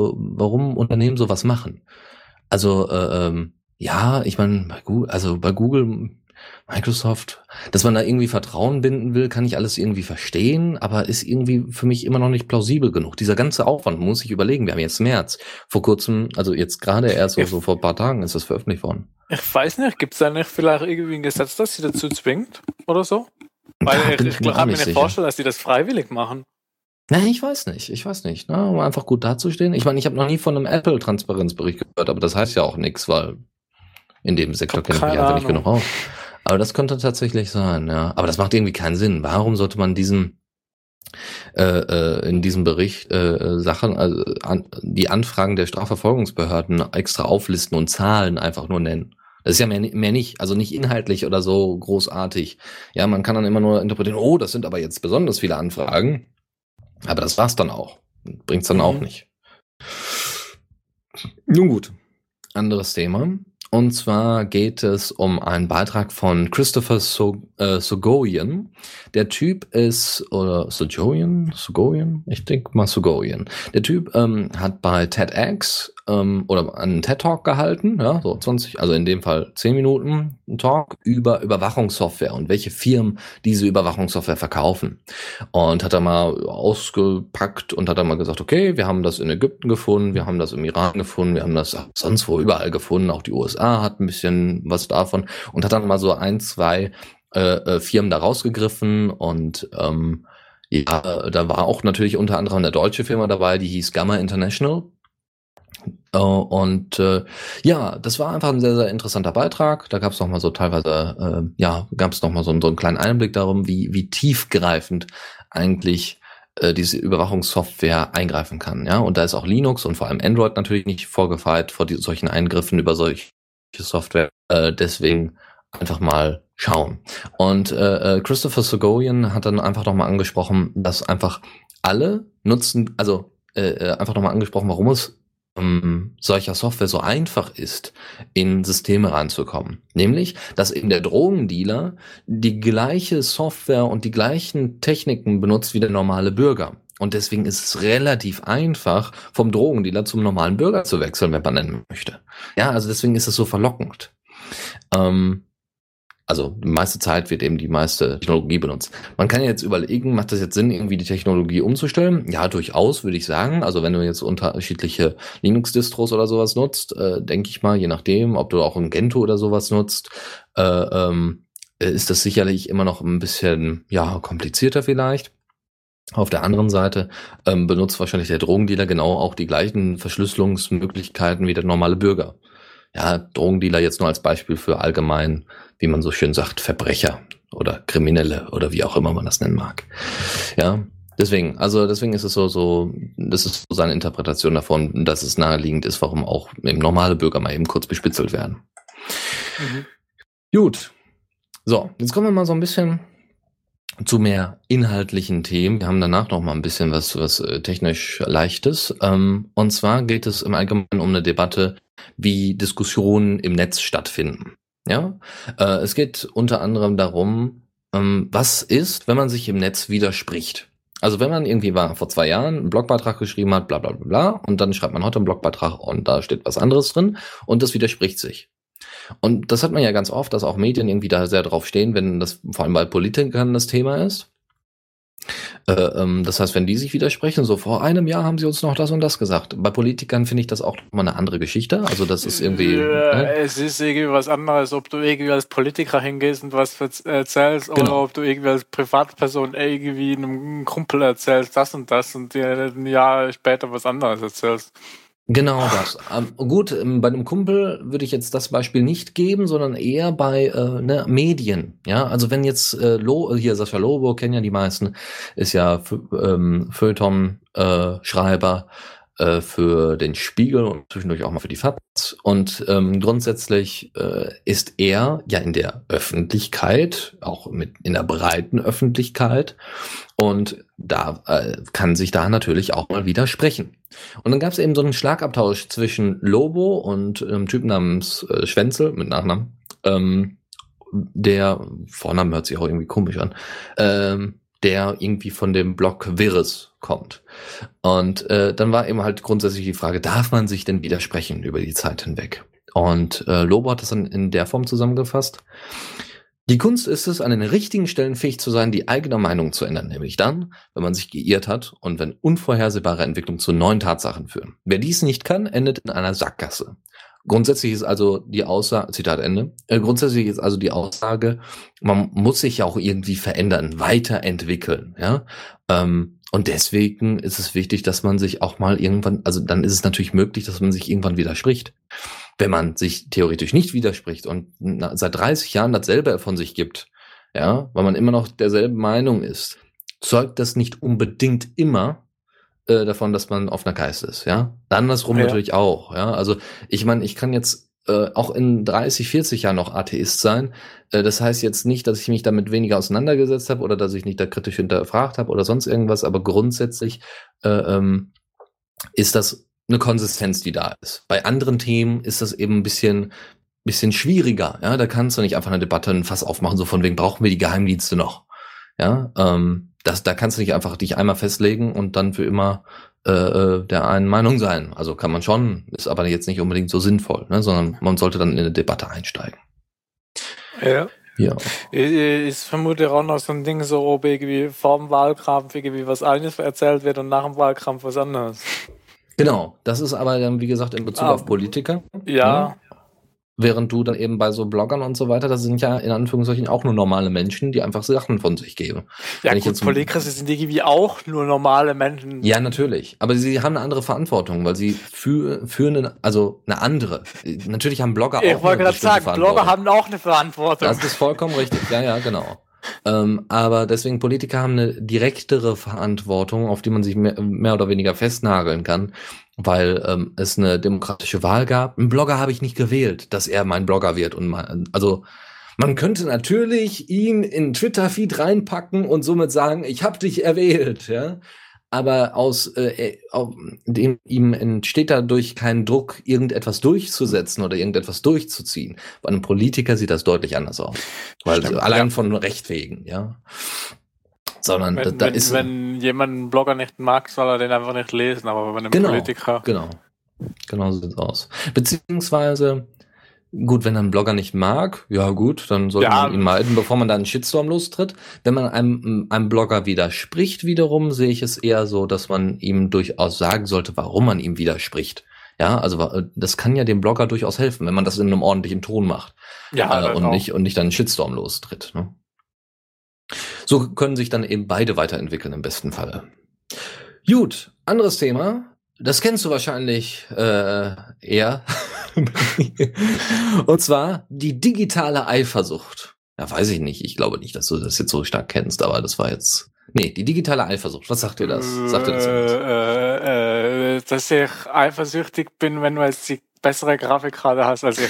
warum Unternehmen sowas machen. Also äh, ähm, ja, ich meine, bei Google, also bei Google, Microsoft, dass man da irgendwie Vertrauen binden will, kann ich alles irgendwie verstehen, aber ist irgendwie für mich immer noch nicht plausibel genug. Dieser ganze Aufwand, muss ich überlegen, wir haben jetzt März, vor kurzem, also jetzt gerade erst so, so vor ein paar Tagen ist das veröffentlicht worden. Ich weiß nicht, gibt es da nicht vielleicht irgendwie ein Gesetz, das sie dazu zwingt oder so? Weil Da ich, bin ich, ich mir ich auch kann mir nicht nicht sicher. vorstellen, dass die das freiwillig machen. Nein, ich weiß nicht, ich weiß nicht, ne, um einfach gut dazustehen. Ich meine, ich habe noch nie von einem Apple-Transparenzbericht gehört, aber das heißt ja auch nichts, weil in dem Sektor kenne ich mich Keine einfach nicht Ahnung. genug aus. Aber das könnte tatsächlich sein, ja. Aber das macht irgendwie keinen Sinn. Warum sollte man diesen äh, äh, in diesem Bericht äh, Sachen, also an, die Anfragen der Strafverfolgungsbehörden extra auflisten und Zahlen einfach nur nennen? Das ist ja mehr, mehr nicht, also nicht inhaltlich oder so großartig. Ja, man kann dann immer nur interpretieren, oh, das sind aber jetzt besonders viele Anfragen. Aber das war's dann auch. Bringt's dann Mhm. auch nicht. Nun gut, anderes Thema. Und zwar geht es um einen Beitrag von Christopher so äh, Soghoian. Der Typ ist, oder Soghoian? Soghoian? Ich denke mal Soghoian. Der Typ ähm, hat bei TEDx ähm, oder einen TED-Talk gehalten, ja, so zwanzig, also in dem Fall zehn Minuten, ein Talk über Überwachungssoftware und welche Firmen diese Überwachungssoftware verkaufen. Und hat er mal ausgepackt und hat er mal gesagt, okay, wir haben das in Ägypten gefunden, wir haben das im Iran gefunden, wir haben das sonst wo überall gefunden, auch die U S A hat ein bisschen was davon und hat dann mal so ein, zwei äh, Firmen da rausgegriffen und ähm, Ja, da war auch natürlich unter anderem eine deutsche Firma dabei, die hieß Gamma International. Uh, und äh, ja, das war einfach ein sehr, sehr interessanter Beitrag. Da gab es nochmal so teilweise, äh, ja, gab es nochmal so, so einen kleinen Einblick darum, wie, wie tiefgreifend eigentlich äh, diese Überwachungssoftware eingreifen kann. Ja, und da ist auch Linux und vor allem Android natürlich nicht vorgefeit vor die, solchen Eingriffen über solche Software. Äh, deswegen einfach mal schauen. Und äh, Christopher Soghoian hat dann einfach nochmal angesprochen, dass einfach alle nutzen, also äh, einfach nochmal angesprochen, warum es um, solcher Software so einfach ist, in Systeme reinzukommen. Nämlich, dass eben der Drogendealer die gleiche Software und die gleichen Techniken benutzt wie der normale Bürger. Und deswegen ist es relativ einfach, vom Drogendealer zum normalen Bürger zu wechseln, wenn man nennen möchte. Ja, also deswegen ist es so verlockend. Ähm, Also die meiste Zeit wird eben die meiste Technologie benutzt. Man kann ja jetzt überlegen, macht das jetzt Sinn, irgendwie die Technologie umzustellen? Ja, durchaus, würde ich sagen. Also wenn du jetzt unterschiedliche Linux-Distros oder sowas nutzt, äh, denke ich mal, je nachdem, ob du auch ein Gentoo oder sowas nutzt, äh, ähm, ist das sicherlich immer noch ein bisschen, ja, komplizierter vielleicht. Auf der anderen Seite ähm, benutzt wahrscheinlich der Drogendealer genau auch die gleichen Verschlüsselungsmöglichkeiten wie der normale Bürger. Ja, Drogendealer jetzt nur als Beispiel für allgemein, wie man so schön sagt, Verbrecher oder Kriminelle oder wie auch immer man das nennen mag. Ja, deswegen, also deswegen ist es so, so, das ist so seine Interpretation davon, dass es naheliegend ist, warum auch eben normale Bürger mal eben kurz bespitzelt werden. Mhm. Gut. So, jetzt kommen wir mal so ein bisschen zu mehr inhaltlichen Themen. Wir haben danach noch mal ein bisschen was, was technisch Leichtes. Ähm, und zwar geht es im Allgemeinen um eine Debatte, wie Diskussionen im Netz stattfinden. Ja, äh, es geht unter anderem darum, ähm, was ist, wenn man sich im Netz widerspricht. Also wenn man irgendwie war, vor zwei Jahren einen Blogbeitrag geschrieben hat, bla bla bla bla, und dann schreibt man heute einen Blogbeitrag und da steht was anderes drin und das widerspricht sich. Und das hat man ja ganz oft, dass auch Medien irgendwie da sehr drauf stehen, wenn das vor allem bei Politikern das Thema ist. Äh, ähm, das heißt, wenn die sich widersprechen, so vor einem Jahr haben sie uns noch das und das gesagt. Bei Politikern finde ich das auch nochmal eine andere Geschichte. Also das ist irgendwie... Ja, ne? Es ist irgendwie was anderes, ob du irgendwie als Politiker hingehst und was erzählst, genau. Oder ob du irgendwie als Privatperson irgendwie einem Kumpel erzählst, das und das und dir ein Jahr später was anderes erzählst. Genau das. Ähm, gut, ähm, bei einem Kumpel würde ich jetzt das Beispiel nicht geben, sondern eher bei äh, ne, Medien. Ja, also wenn jetzt äh, Lo, hier Sascha Lobo, kennen ja die meisten, ist ja ähm, Feuilleton-Schreiber äh, für den Spiegel und zwischendurch auch mal für die F A Z. Und ähm, grundsätzlich äh, ist er ja in der Öffentlichkeit, auch mit in der breiten Öffentlichkeit. Und da äh, kann sich da natürlich auch mal widersprechen. Und dann gab es eben so einen Schlagabtausch zwischen Lobo und einem Typen namens äh, Schwänzel mit Nachnamen. Ähm, der Vorname hört sich auch irgendwie komisch an. Ähm, der irgendwie von dem Blog Virus kommt. Und äh, dann war eben halt grundsätzlich die Frage, darf man sich denn widersprechen über die Zeit hinweg? Und äh, Lobo hat das dann in der Form zusammengefasst. Die Kunst ist es, an den richtigen Stellen fähig zu sein, die eigene Meinung zu ändern, nämlich dann, wenn man sich geirrt hat und wenn unvorhersehbare Entwicklungen zu neuen Tatsachen führen. Wer dies nicht kann, endet in einer Sackgasse. Grundsätzlich ist also die Aussage, Zitat Ende, äh, grundsätzlich ist also die Aussage, man muss sich ja auch irgendwie verändern, weiterentwickeln, ja, ähm, und deswegen ist es wichtig, dass man sich auch mal irgendwann, also dann ist es natürlich möglich, dass man sich irgendwann widerspricht. Wenn man sich theoretisch nicht widerspricht und na, seit dreißig Jahren dasselbe von sich gibt, ja, weil man immer noch derselben Meinung ist, zeugt das nicht unbedingt immer äh, davon, dass man offener Geist ist, ja. Andersrum ja. Natürlich auch, ja. Also ich meine, ich kann jetzt äh, auch in dreißig, vierzig Jahren noch Atheist sein. Äh, das heißt jetzt nicht, dass ich mich damit weniger auseinandergesetzt habe oder dass ich nicht da kritisch hinterfragt habe oder sonst irgendwas, aber grundsätzlich äh, ähm, ist das eine Konsistenz, die da ist. Bei anderen Themen ist das eben ein bisschen, bisschen schwieriger. Ja, da kannst du nicht einfach eine Debatte, ein Fass aufmachen, so von wegen, brauchen wir die Geheimdienste noch? Ja, ähm, das, da kannst du nicht einfach dich einmal festlegen und dann für immer äh, der einen Meinung sein. Also kann man schon, ist aber jetzt nicht unbedingt so sinnvoll, ne, sondern man sollte dann in eine Debatte einsteigen. Ja. Ja. Ich, ich vermute auch noch so ein Ding, so ob irgendwie vor dem Wahlkampf irgendwie was eines erzählt wird und nach dem Wahlkampf was anderes. Genau, das ist aber dann, wie gesagt, in Bezug ah, auf Politiker. Ja. Während du dann eben bei so Bloggern und so weiter, das sind ja in Anführungszeichen auch nur normale Menschen, die einfach Sachen von sich geben. Ja Wenn ich gut, jetzt- Polykrisse sind irgendwie auch nur normale Menschen. Ja, natürlich. Aber sie haben eine andere Verantwortung, weil sie für, führen eine, also eine andere. Natürlich haben Blogger Ich auch wollte eine gerade bestimmte sagen, Blogger Verantwortung. haben auch eine Verantwortung. Das ist vollkommen richtig. Ja, ja, genau. Ähm, aber deswegen Politiker haben eine direktere Verantwortung, auf die man sich mehr, mehr oder weniger festnageln kann, weil ähm, es eine demokratische Wahl gab. Einen Blogger habe ich nicht gewählt, dass er mein Blogger wird. Und mein, also man könnte natürlich ihn in Twitter-Feed reinpacken und somit sagen, ich habe dich erwählt, ja. Aber aus äh, auf, dem, ihm entsteht dadurch kein Druck, irgendetwas durchzusetzen oder irgendetwas durchzuziehen. Bei einem Politiker sieht das deutlich anders aus. Weil Stimmt, allein ja. von Recht wegen, ja. Sondern da, Wenn, da wenn, ist wenn jemand einen Blogger nicht mag, soll er den einfach nicht lesen, aber bei einem Genau. Politiker. Genau. Genau so sieht's aus. Beziehungsweise, gut, wenn er einen Blogger nicht mag, ja gut, dann sollte Ja. man ihn meiden, bevor man da einen Shitstorm lostritt. Wenn man einem, einem Blogger widerspricht wiederum, sehe ich es eher so, dass man ihm durchaus sagen sollte, warum man ihm widerspricht. Ja, also wa- das kann ja dem Blogger durchaus helfen, wenn man das in einem ordentlichen Ton macht. Ja, äh, das und auch. nicht und nicht dann einen Shitstorm lostritt. Ne? So können sich dann eben beide weiterentwickeln im besten Fall. Gut, anderes Thema. Das kennst du wahrscheinlich äh, eher. Und zwar die digitale Eifersucht. Ja, weiß ich nicht. Ich glaube nicht, dass du das jetzt so stark kennst, aber das war jetzt. Nee, die digitale Eifersucht. Was sagt dir das? Sagt dir das etwas? Äh, äh, dass ich eifersüchtig bin, wenn du jetzt die bessere Grafikkarte hast als ich.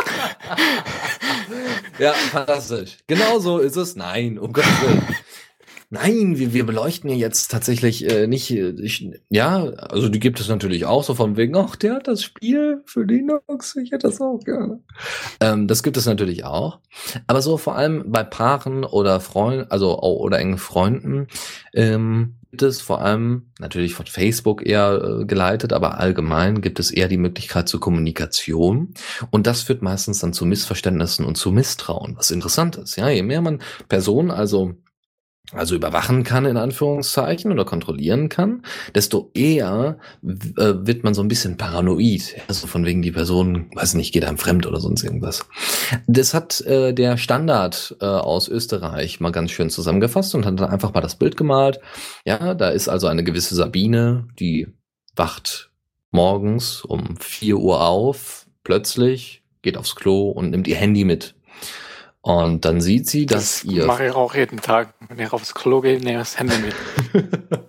Ja, fantastisch. Genau so ist es. Nein, um Gottes Willen. Nein, wir, wir beleuchten hier jetzt tatsächlich äh, nicht, äh, ich, ja, also die gibt es natürlich auch so von wegen, ach, der hat das Spiel für Linux, ich hätte das auch gerne. Ähm, das gibt es natürlich auch. Aber so vor allem bei Paaren oder Freunden, also auch, oder engen Freunden, ähm, gibt es vor allem natürlich von Facebook eher äh, geleitet, aber allgemein gibt es eher die Möglichkeit zur Kommunikation. Und das führt meistens dann zu Missverständnissen und zu Misstrauen, was interessant ist. Ja, je mehr man Personen also also überwachen kann, in Anführungszeichen, oder kontrollieren kann, desto eher äh, wird man so ein bisschen paranoid. Also von wegen die Person, weiß nicht, geht einem fremd oder sonst irgendwas. Das hat äh, der Standard äh, aus Österreich mal ganz schön zusammengefasst und hat dann einfach mal das Bild gemalt. Ja, da ist also eine gewisse Sabine, die wacht morgens um vier Uhr auf, plötzlich, geht aufs Klo und nimmt ihr Handy mit. Und dann sieht sie, dass Das ihr... mache ich auch jeden Tag. Wenn ich aufs Klo gehe, nehme ich das Handy mit.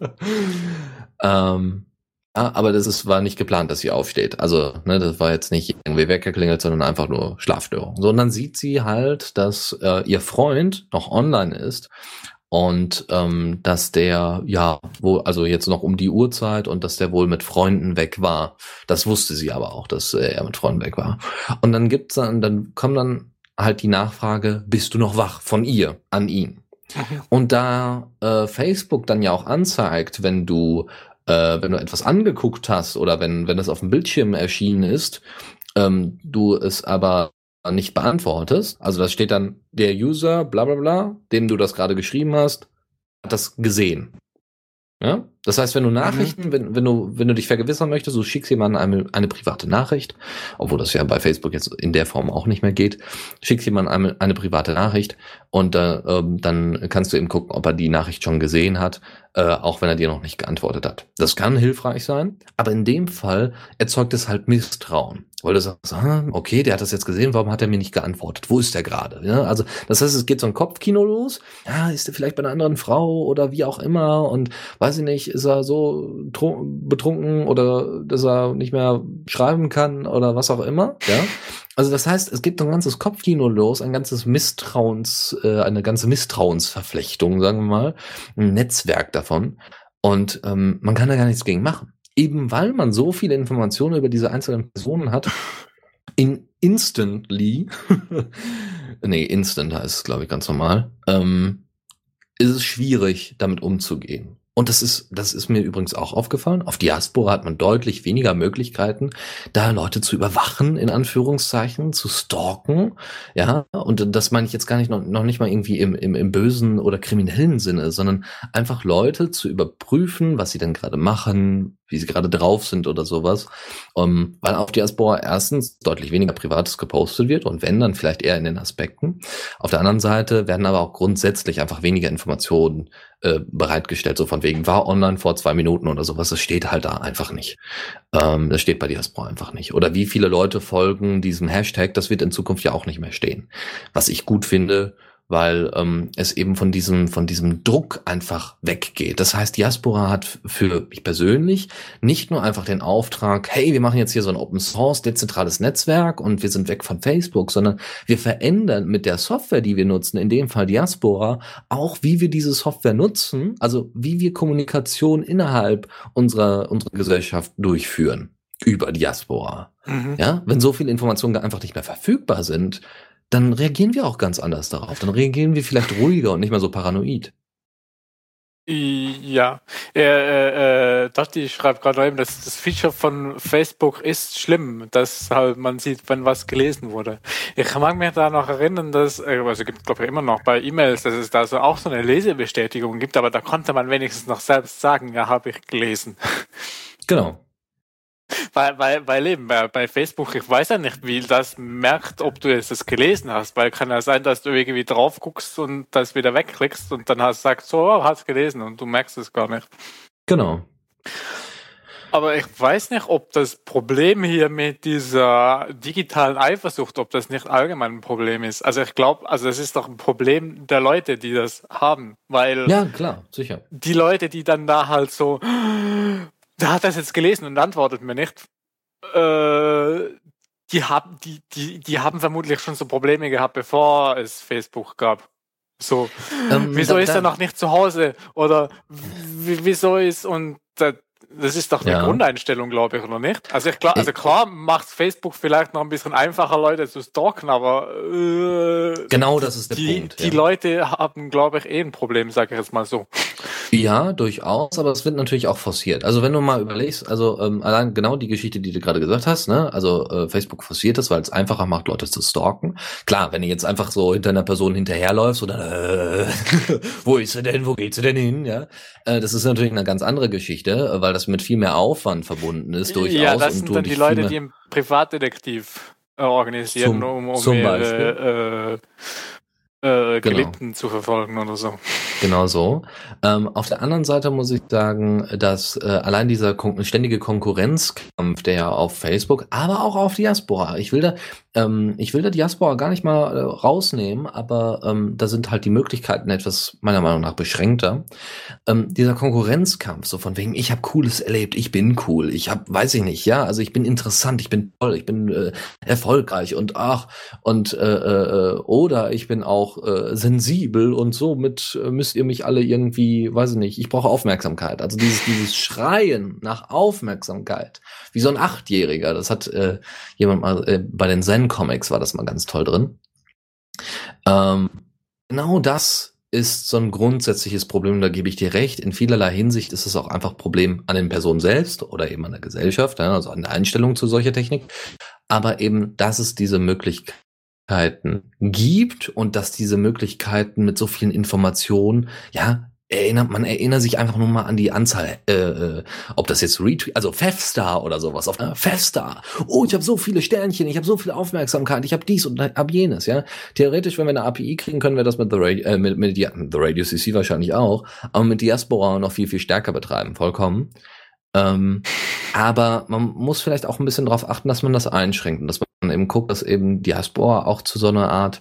ähm, ja, aber das ist, war nicht geplant, dass sie aufsteht. Also, ne, das war jetzt nicht irgendwie weggeklingelt, sondern einfach nur Schlafstörung. So, und dann sieht sie halt, dass äh, ihr Freund noch online ist und ähm, dass der, ja, wo, also jetzt noch um die Uhrzeit und dass der wohl mit Freunden weg war. Das wusste sie aber auch, dass äh, er mit Freunden weg war. Und dann gibt's dann, dann kommt dann halt die Nachfrage, bist du noch wach, von ihr an ihn? Und da äh, Facebook dann ja auch anzeigt, wenn du äh, wenn du etwas angeguckt hast oder wenn wenn es auf dem Bildschirm erschienen ist, ähm, du es aber nicht beantwortest, also das steht dann, der User, bla bla bla, dem du das gerade geschrieben hast, hat das gesehen. Ja? Das heißt, wenn du Nachrichten, mhm. wenn, wenn du, wenn du dich vergewissern möchtest, du schickst jemandem eine, eine private Nachricht, obwohl das ja bei Facebook jetzt in der Form auch nicht mehr geht, schickst jemandem eine, eine private Nachricht und äh, ähm, dann kannst du eben gucken, ob er die Nachricht schon gesehen hat, äh, auch wenn er dir noch nicht geantwortet hat. Das kann hilfreich sein, aber in dem Fall erzeugt es halt Misstrauen. Weil du sagst, ah, okay, der hat das jetzt gesehen, warum hat er mir nicht geantwortet? Wo ist der gerade? Ja, also das heißt, es geht so ein Kopfkino los. Ja, ist er vielleicht bei einer anderen Frau oder wie auch immer und weiß ich nicht, ist er so betrunken oder dass er nicht mehr schreiben kann oder was auch immer. Ja, also das heißt, es gibt ein ganzes Kopfkino los, ein ganzes Misstrauens, äh, eine ganze Misstrauensverflechtung, sagen wir mal, ein Netzwerk davon und ähm, man kann da gar nichts gegen machen. Eben weil man so viele Informationen über diese einzelnen Personen hat, in instantly, nee, instant heißt es, glaube ich, ganz normal, ähm, ist es schwierig, damit umzugehen. Und das ist, das ist mir übrigens auch aufgefallen. Auf Diaspora hat man deutlich weniger Möglichkeiten, da Leute zu überwachen, in Anführungszeichen, zu stalken. Ja, und das meine ich jetzt gar nicht noch, noch nicht mal irgendwie im, im, im bösen oder kriminellen Sinne, sondern einfach Leute zu überprüfen, was sie denn gerade machen, wie sie gerade drauf sind oder sowas. Um, weil auf Diaspora erstens deutlich weniger Privates gepostet wird und wenn, dann vielleicht eher in den Aspekten. Auf der anderen Seite werden aber auch grundsätzlich einfach weniger Informationen äh, bereitgestellt, so von wegen, war online vor zwei Minuten oder sowas. Das steht halt da einfach nicht. Ähm, das steht bei Diaspora einfach nicht. Oder wie viele Leute folgen diesem Hashtag, das wird in Zukunft ja auch nicht mehr stehen. Was ich gut finde, weil ähm, es eben von diesem von diesem Druck einfach weggeht. Das heißt, Diaspora hat für mich persönlich nicht nur einfach den Auftrag, hey, wir machen jetzt hier so ein Open Source dezentrales Netzwerk und wir sind weg von Facebook, sondern wir verändern mit der Software, die wir nutzen, in dem Fall Diaspora, auch wie wir diese Software nutzen, also wie wir Kommunikation innerhalb unserer unserer Gesellschaft durchführen über Diaspora. Mhm. Ja, wenn so viele Informationen einfach nicht mehr verfügbar sind, dann reagieren wir auch ganz anders darauf. Dann reagieren wir vielleicht ruhiger und nicht mehr so paranoid. Ja, äh, äh, äh, Dotti schreibt gerade eben, dass das Feature von Facebook ist schlimm, dass halt man sieht, wenn was gelesen wurde. Ich mag mich da noch erinnern, dass, also gibt es glaube ich immer noch bei E-Mails, dass es da so auch so eine Lesebestätigung gibt, aber da konnte man wenigstens noch selbst sagen, ja, habe ich gelesen. Genau. Weil, weil, weil eben bei, bei Facebook, ich weiß ja nicht, wie das merkt, ob du jetzt das gelesen hast, weil kann ja sein, dass du irgendwie drauf guckst und das wieder wegklickst und dann hast sagt so, oh, hast gelesen und du merkst es gar nicht. Genau. Aber ich weiß nicht, ob das Problem hier mit dieser digitalen Eifersucht, ob das nicht allgemein ein Problem ist. Also ich glaube, also es ist doch ein Problem der Leute, die das haben, weil ja, klar, sicher. Die Leute, die dann da halt so der hat das jetzt gelesen und antwortet mir nicht. Äh, die haben, die, die, die haben vermutlich schon so Probleme gehabt, bevor es Facebook gab. So, ähm, wieso da, ist er noch nicht zu Hause? Oder wieso ist und da, das ist doch eine ja. Grundeinstellung, glaube ich, oder nicht? Also ich glaube, also klar macht Facebook vielleicht noch ein bisschen einfacher, Leute zu stalken, aber äh, genau das ist der die, Punkt. Die ja. Leute haben, glaube ich, eh ein Problem, sage ich jetzt mal so. Ja, durchaus, aber es wird natürlich auch forciert. Also wenn du mal überlegst, also ähm, allein genau die Geschichte, die du gerade gesagt hast, ne, also äh, Facebook forciert das, weil es einfacher macht, Leute zu stalken. Klar, wenn du jetzt einfach so hinter einer Person hinterherläufst oder äh, wo ist sie denn, wo geht sie denn hin, ja, äh, das ist natürlich eine ganz andere Geschichte, weil das mit viel mehr Aufwand verbunden ist, durchaus. Ja, das sind und dann die Leute, die im Privatdetektiv äh, organisieren, zum, um, um zum ihre äh, äh, Geliebten genau. zu verfolgen oder so. Genau so. Ähm, auf der anderen Seite muss ich sagen, dass äh, allein dieser kon- ständige Konkurrenzkampf, der ja auf Facebook, aber auch auf Diaspora, ich will da, ähm, ich will da Diaspora gar nicht mal äh, rausnehmen, aber ähm, da sind halt die Möglichkeiten etwas meiner Meinung nach beschränkter. Ähm, dieser Konkurrenzkampf, so von wegen, ich habe Cooles erlebt, ich bin cool, ich habe, weiß ich nicht, ja, also ich bin interessant, ich bin toll, ich bin äh, erfolgreich und ach und äh, äh, oder ich bin auch äh, sensibel und somit äh, müsst ihr mich alle irgendwie, weiß ich nicht, ich brauche Aufmerksamkeit. Also dieses dieses Schreien nach Aufmerksamkeit, wie so ein Achtjähriger, das hat äh, jemand mal, äh, bei den Zen-Comics war das mal ganz toll drin. Ähm, genau das ist so ein grundsätzliches Problem, da gebe ich dir recht. In vielerlei Hinsicht ist es auch einfach ein Problem an den Personen selbst oder eben an der Gesellschaft, ja, also an der Einstellung zu solcher Technik. Aber eben, dass es diese Möglichkeit gibt und dass diese Möglichkeiten mit so vielen Informationen, ja, erinnert man erinnert sich einfach nur mal an die Anzahl, äh, äh, ob das jetzt Retweet, also Fevstar oder sowas, auf äh, Fevstar. Oh, ich habe so viele Sternchen, ich habe so viel Aufmerksamkeit, ich habe dies und hab jenes, ja. Theoretisch, wenn wir eine A P I kriegen, können wir das mit The Radio, äh, mit, mit, mit The Radio C C wahrscheinlich auch, aber mit Diaspora noch viel viel stärker betreiben, vollkommen. Ähm, aber man muss vielleicht auch ein bisschen darauf achten, dass man das einschränkt und dass man eben guckt, dass eben Diaspora auch zu so einer Art,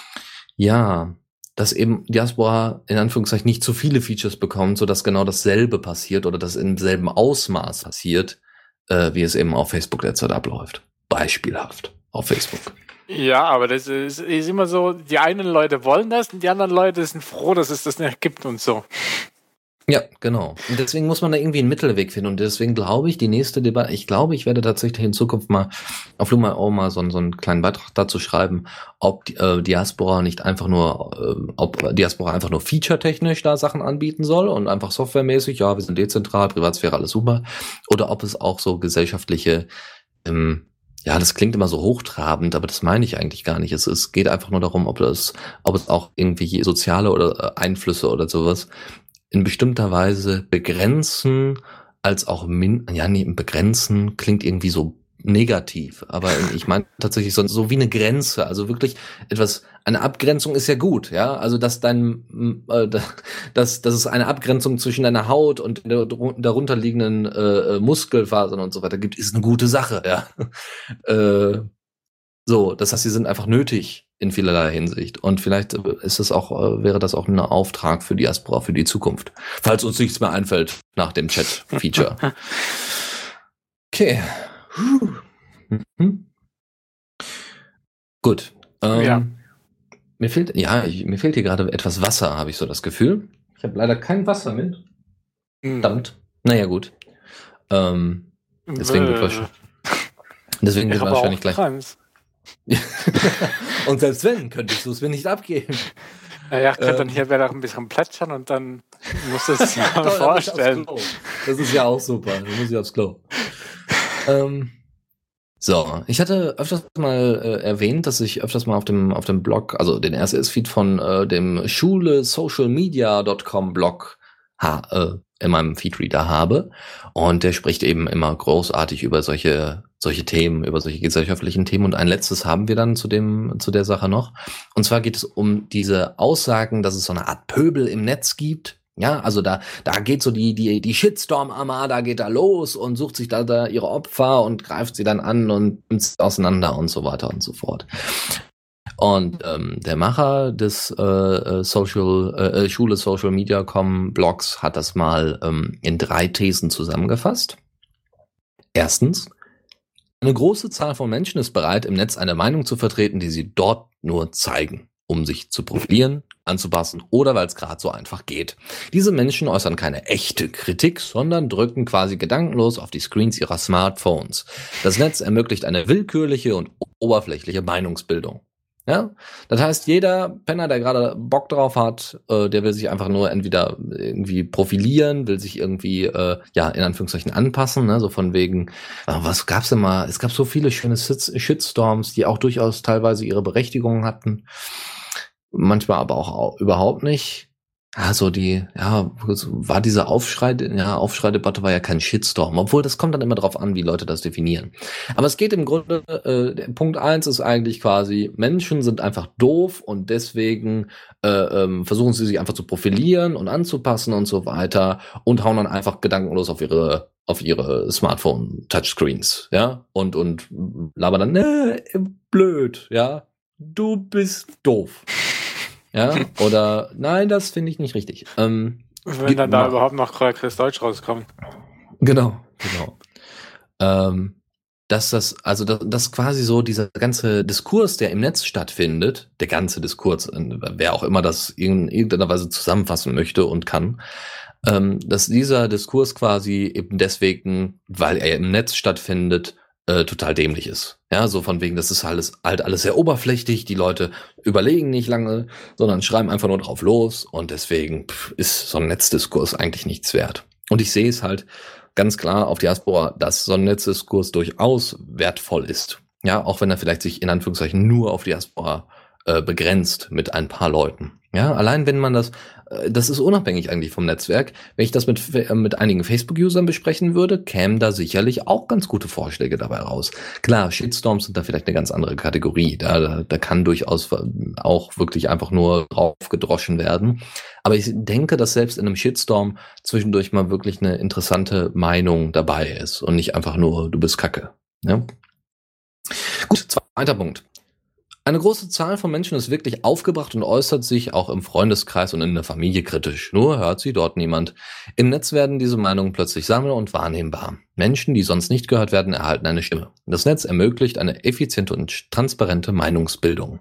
ja, dass eben Diaspora in Anführungszeichen nicht zu viele Features bekommt, sodass genau dasselbe passiert oder das im selben Ausmaß passiert, äh, wie es eben auf Facebook derzeit abläuft. Beispielhaft auf Facebook. Ja, aber das ist, ist immer so, die einen Leute wollen das und die anderen Leute sind froh, dass es das nicht gibt und so. Ja, genau. Und deswegen muss man da irgendwie einen Mittelweg finden. Und deswegen glaube ich, die nächste Debatte, ich glaube, ich werde tatsächlich in Zukunft mal auf Luma auch mal so, so einen kleinen Beitrag dazu schreiben, ob äh, Diaspora nicht einfach nur, äh, ob Diaspora einfach nur featuretechnisch da Sachen anbieten soll und einfach softwaremäßig, ja, wir sind dezentral, Privatsphäre, alles super. Oder ob es auch so gesellschaftliche, ähm, ja, das klingt immer so hochtrabend, aber das meine ich eigentlich gar nicht. Es, es geht einfach nur darum, ob das, ob es auch irgendwie soziale oder äh, Einflüsse oder sowas in bestimmter Weise begrenzen, als auch min, ja, nee, begrenzen klingt irgendwie so negativ, aber ich meine tatsächlich so, so wie eine Grenze, also wirklich etwas, eine Abgrenzung ist ja gut, ja, also dass dein, äh, dass, dass es eine Abgrenzung zwischen deiner Haut und der darunterliegenden äh, Muskelfasern und so weiter gibt, ist eine gute Sache, ja. äh, so, das heißt, sie sind einfach nötig in vielerlei Hinsicht und vielleicht ist es auch, äh, wäre das auch ein Auftrag für Diaspora für die Zukunft, falls uns nichts mehr einfällt nach dem Chat-Feature. Okay. Mhm. Gut. Ähm, Ja. Mir fehlt, ja, ich, mir fehlt hier gerade etwas Wasser, habe ich so das Gefühl. Ich habe leider kein Wasser mit. Hm. Verdammt. Naja, gut. Ähm, deswegen wird wahrscheinlich, deswegen wird wahrscheinlich gleich. Und selbst wenn, könntest du es mir nicht abgeben. Naja, ich könnte Ähm. dann hier wieder ein bisschen plätschern und dann musst du es mal Toll, vorstellen. Das ist ja auch super. Dann muss ich aufs Klo. ähm, so, ich hatte öfters mal äh, erwähnt, dass ich öfters mal auf dem auf dem Blog, also den R S S-Feed von äh, dem schule social media dot com Blog ha, äh, in meinem Feedreader habe. Und der spricht eben immer großartig über solche solche Themen, über solche gesellschaftlichen Themen. Und ein letztes haben wir dann zu dem zu der Sache noch. Und zwar geht es um diese Aussagen, dass es so eine Art Pöbel im Netz gibt. Ja, also da, da geht so die, die, die Shitstorm-Armada geht da los und sucht sich da, da ihre Opfer und greift sie dann an und nimmt sie auseinander und so weiter und so fort. Und ähm, der Macher des äh, Social äh, Schule Social Media Punkt com Blogs hat das mal ähm, in drei Thesen zusammengefasst. Erstens: Eine große Zahl von Menschen ist bereit, im Netz eine Meinung zu vertreten, die sie dort nur zeigen, um sich zu profilieren, anzupassen oder weil es gerade so einfach geht. Diese Menschen äußern keine echte Kritik, sondern drücken quasi gedankenlos auf die Screens ihrer Smartphones. Das Netz ermöglicht eine willkürliche und oberflächliche Meinungsbildung. Ja, das heißt, jeder Penner, der gerade Bock drauf hat, äh, der will sich einfach nur entweder irgendwie profilieren, will sich irgendwie, äh, ja, in Anführungszeichen anpassen, ne, so von wegen, äh, was gab's denn mal? Es gab so viele schöne Shitstorms, die auch durchaus teilweise ihre Berechtigung hatten, manchmal aber auch, auch überhaupt nicht. Also die, ja, war diese Aufschrei, ja, Aufschreidebatte war ja kein Shitstorm, obwohl das kommt dann immer drauf an, wie Leute das definieren. Aber es geht im Grunde, äh, Punkt eins ist eigentlich quasi, Menschen sind einfach doof und deswegen äh, ähm, versuchen sie sich einfach zu profilieren und anzupassen und so weiter und hauen dann einfach gedankenlos auf ihre auf ihre Smartphone-Touchscreens, ja, und und labern dann, ne, blöd, ja, du bist doof. Ja, oder nein, das finde ich nicht richtig. Ähm, Wenn dann da mal überhaupt noch korrektes Deutsch rauskommt. Genau, genau. Ähm, dass das, also dass, dass quasi so dieser ganze Diskurs, der im Netz stattfindet, der ganze Diskurs, wer auch immer das in irgendeiner Weise zusammenfassen möchte und kann, ähm, dass dieser Diskurs quasi eben deswegen, weil er im Netz stattfindet, Äh, total dämlich ist. Ja, so von wegen, das ist alles halt alles sehr oberflächlich, die Leute überlegen nicht lange, sondern schreiben einfach nur drauf los und deswegen pff, ist so ein Netzdiskurs eigentlich nichts wert. Und ich sehe es halt ganz klar auf Diaspora, dass so ein Netzdiskurs durchaus wertvoll ist. Ja, auch wenn er vielleicht sich in Anführungszeichen nur auf Diaspora äh, begrenzt mit ein paar Leuten. Ja, allein wenn man das, äh, das ist unabhängig eigentlich vom Netzwerk. Wenn ich das mit äh, mit einigen Facebook-Usern besprechen würde, kämen da sicherlich auch ganz gute Vorschläge dabei raus. Klar, Shitstorms sind da vielleicht eine ganz andere Kategorie. Da, da, da kann durchaus auch wirklich einfach nur drauf gedroschen werden. Aber ich denke, dass selbst in einem Shitstorm zwischendurch mal wirklich eine interessante Meinung dabei ist und nicht einfach nur, du bist Kacke. Ja? Gut, zweiter Punkt. Eine große Zahl von Menschen ist wirklich aufgebracht und äußert sich auch im Freundeskreis und in der Familie kritisch. Nur hört sie dort niemand. Im Netz werden diese Meinungen plötzlich sammler und wahrnehmbar. Menschen, die sonst nicht gehört werden, erhalten eine Stimme. Das Netz ermöglicht eine effiziente und transparente Meinungsbildung.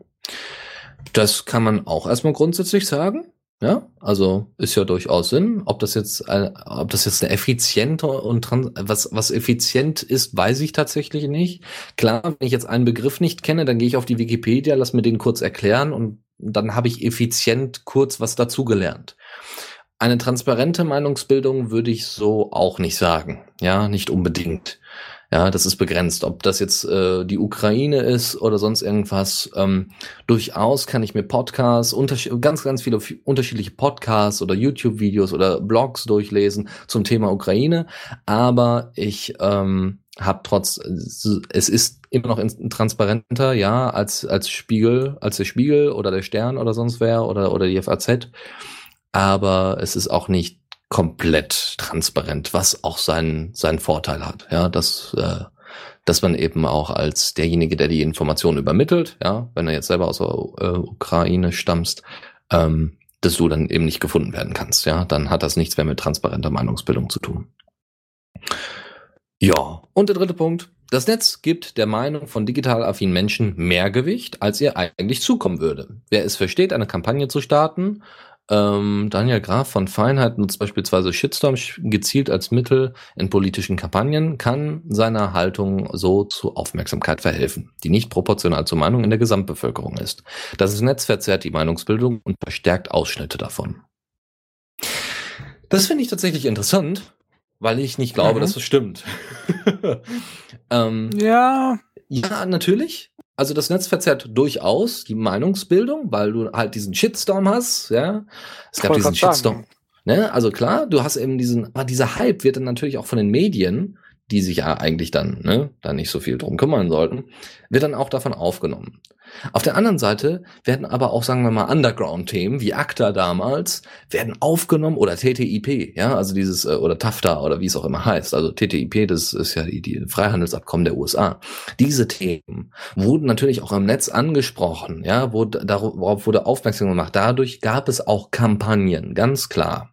Das kann man auch erstmal grundsätzlich sagen. Ja, also ist ja durchaus Sinn. Ob das jetzt, äh, ob das jetzt eine effiziente und trans- was was effizient ist, weiß ich tatsächlich nicht. Klar, wenn ich jetzt einen Begriff nicht kenne, dann gehe ich auf die Wikipedia, lass mir den kurz erklären und dann habe ich effizient kurz was dazugelernt. Eine transparente Meinungsbildung würde ich so auch nicht sagen. Ja, nicht unbedingt. Ja, das ist begrenzt. Ob das jetzt äh, die Ukraine ist oder sonst irgendwas, ähm, durchaus kann ich mir Podcasts, unterschied- ganz, ganz viele f- unterschiedliche Podcasts oder YouTube-Videos oder Blogs durchlesen zum Thema Ukraine. Aber ich ähm, habe trotz, es ist immer noch in, transparenter, ja, als als Spiegel, als der Spiegel oder der Stern oder sonst wer oder oder die F A Z. Aber es ist auch nicht komplett transparent, was auch seinen seinen Vorteil hat, ja, dass äh, dass man eben auch als derjenige, der die Informationen übermittelt, ja, wenn er jetzt selber aus der äh, Ukraine stammst, ähm, dass du dann eben nicht gefunden werden kannst, ja, dann hat das nichts mehr mit transparenter Meinungsbildung zu tun. Ja, und der dritte Punkt: Das Netz gibt der Meinung von digital affinen Menschen mehr Gewicht, als ihr eigentlich zukommen würde. Wer es versteht, eine Kampagne zu starten. Ähm, Daniel Graf von Feinheit nutzt beispielsweise Shitstorm gezielt als Mittel in politischen Kampagnen, kann seiner Haltung so zu Aufmerksamkeit verhelfen, die nicht proportional zur Meinung in der Gesamtbevölkerung ist. Das Netz verzerrt die Meinungsbildung und verstärkt Ausschnitte davon. Das finde ich tatsächlich interessant, weil ich nicht glaube, Mhm. dass das stimmt. ähm, Ja, ja, natürlich. Also das Netz verzerrt durchaus die Meinungsbildung, weil du halt diesen Shitstorm hast, ja. Es gab wollte diesen grad Shitstorm. sagen. Ne? Also klar, du hast eben diesen, aber dieser Hype wird dann natürlich auch von den Medien, die sich ja eigentlich dann, ne, da nicht so viel drum kümmern sollten, wird dann auch davon aufgenommen. Auf der anderen Seite werden aber auch, sagen wir mal, Underground-Themen wie ACTA damals, werden aufgenommen, oder T T I P, ja, also dieses, äh, oder TAFTA oder wie es auch immer heißt, also T T I P, das ist ja die, die Freihandelsabkommen der U S A. Diese Themen wurden natürlich auch im Netz angesprochen, ja, wurde, darauf wurde aufmerksam gemacht. Dadurch gab es auch Kampagnen, ganz klar.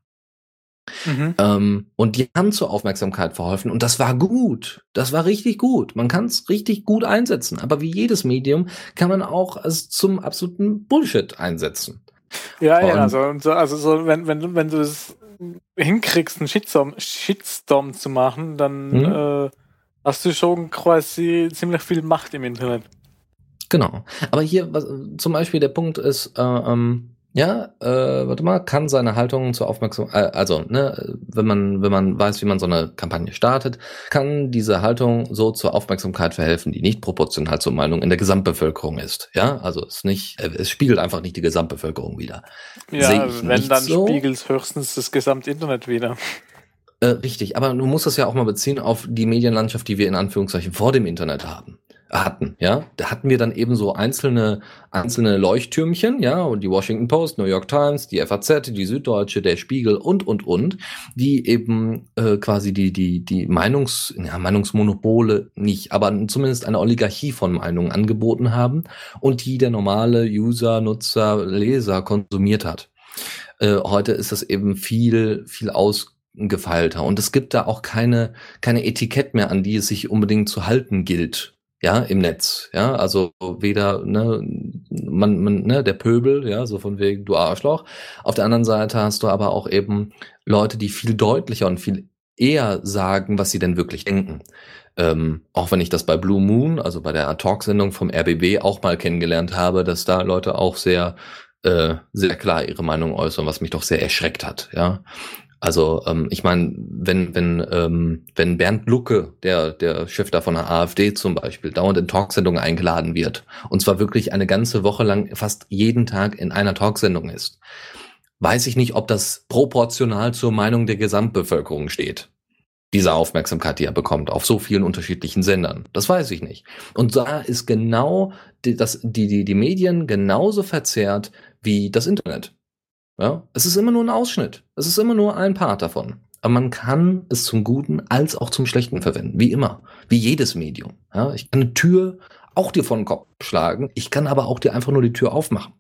Mhm. Ähm, und die haben zur Aufmerksamkeit verholfen und das war gut. Das war richtig gut. Man kann es richtig gut einsetzen. Aber wie jedes Medium kann man auch es zum absoluten Bullshit einsetzen. Ja, ja, Und- also, und so, also so, wenn, wenn, du- wenn du es hinkriegst, einen Shitstorm, Shitstorm zu machen, dann Mhm. äh, hast du schon quasi ziemlich viel Macht im Internet. Genau. Aber hier was, zum Beispiel der Punkt ist, äh, ähm, ja, äh, warte mal, kann seine Haltung zur Aufmerksamkeit, äh, also, ne, wenn man, wenn man weiß, wie man so eine Kampagne startet, kann diese Haltung so zur Aufmerksamkeit verhelfen, die nicht proportional zur Meinung in der Gesamtbevölkerung ist. Ja, also es ist nicht, äh, es spiegelt einfach nicht die Gesamtbevölkerung wider. Sehe Ja, ich wenn, nicht dann so. spiegelt höchstens das gesamte Internet wieder. Äh, richtig, aber du musst das ja auch mal beziehen auf die Medienlandschaft, die wir in Anführungszeichen vor dem Internet haben. hatten, ja. Da hatten wir dann eben so einzelne, einzelne Leuchttürmchen, ja, und die Washington Post, New York Times, die F A Z, die Süddeutsche, der Spiegel und, und, und, die eben äh, quasi die, die, die Meinungs, ja, Meinungsmonopole nicht, aber zumindest eine Oligarchie von Meinungen angeboten haben und die der normale User, Nutzer, Leser konsumiert hat. Äh, heute ist das eben viel, viel ausgefeilter und es gibt da auch keine, keine Etikett mehr, an die es sich unbedingt zu halten gilt. Ja, im Netz, ja, also weder, ne, man, man, ne, der Pöbel, ja, so von wegen, du Arschloch. Auf der anderen Seite hast du aber auch eben Leute, die viel deutlicher und viel eher sagen, was sie denn wirklich denken. Ähm, auch wenn ich das bei Blue Moon, also bei der Talksendung vom R B B auch mal kennengelernt habe, dass da Leute auch sehr, äh, sehr klar ihre Meinung äußern, was mich doch sehr erschreckt hat, ja. Also ähm, ich meine, wenn wenn ähm, wenn Bernd Lucke, der der Chef da von der AfD zum Beispiel, dauernd in Talksendungen eingeladen wird und zwar wirklich eine ganze Woche lang fast jeden Tag in einer Talksendung ist, weiß ich nicht, ob das proportional zur Meinung der Gesamtbevölkerung steht. Diese Aufmerksamkeit, die er bekommt, auf so vielen unterschiedlichen Sendern. Das weiß ich nicht. Und da ist genau die, das, die, die, die Medien genauso verzerrt wie das Internet. Ja, es ist immer nur ein Ausschnitt. Es ist immer nur ein Part davon. Aber man kann es zum Guten als auch zum Schlechten verwenden. Wie immer. Wie jedes Medium. Ja, ich kann eine Tür auch dir vor den Kopf schlagen. Ich kann aber auch dir einfach nur die Tür aufmachen.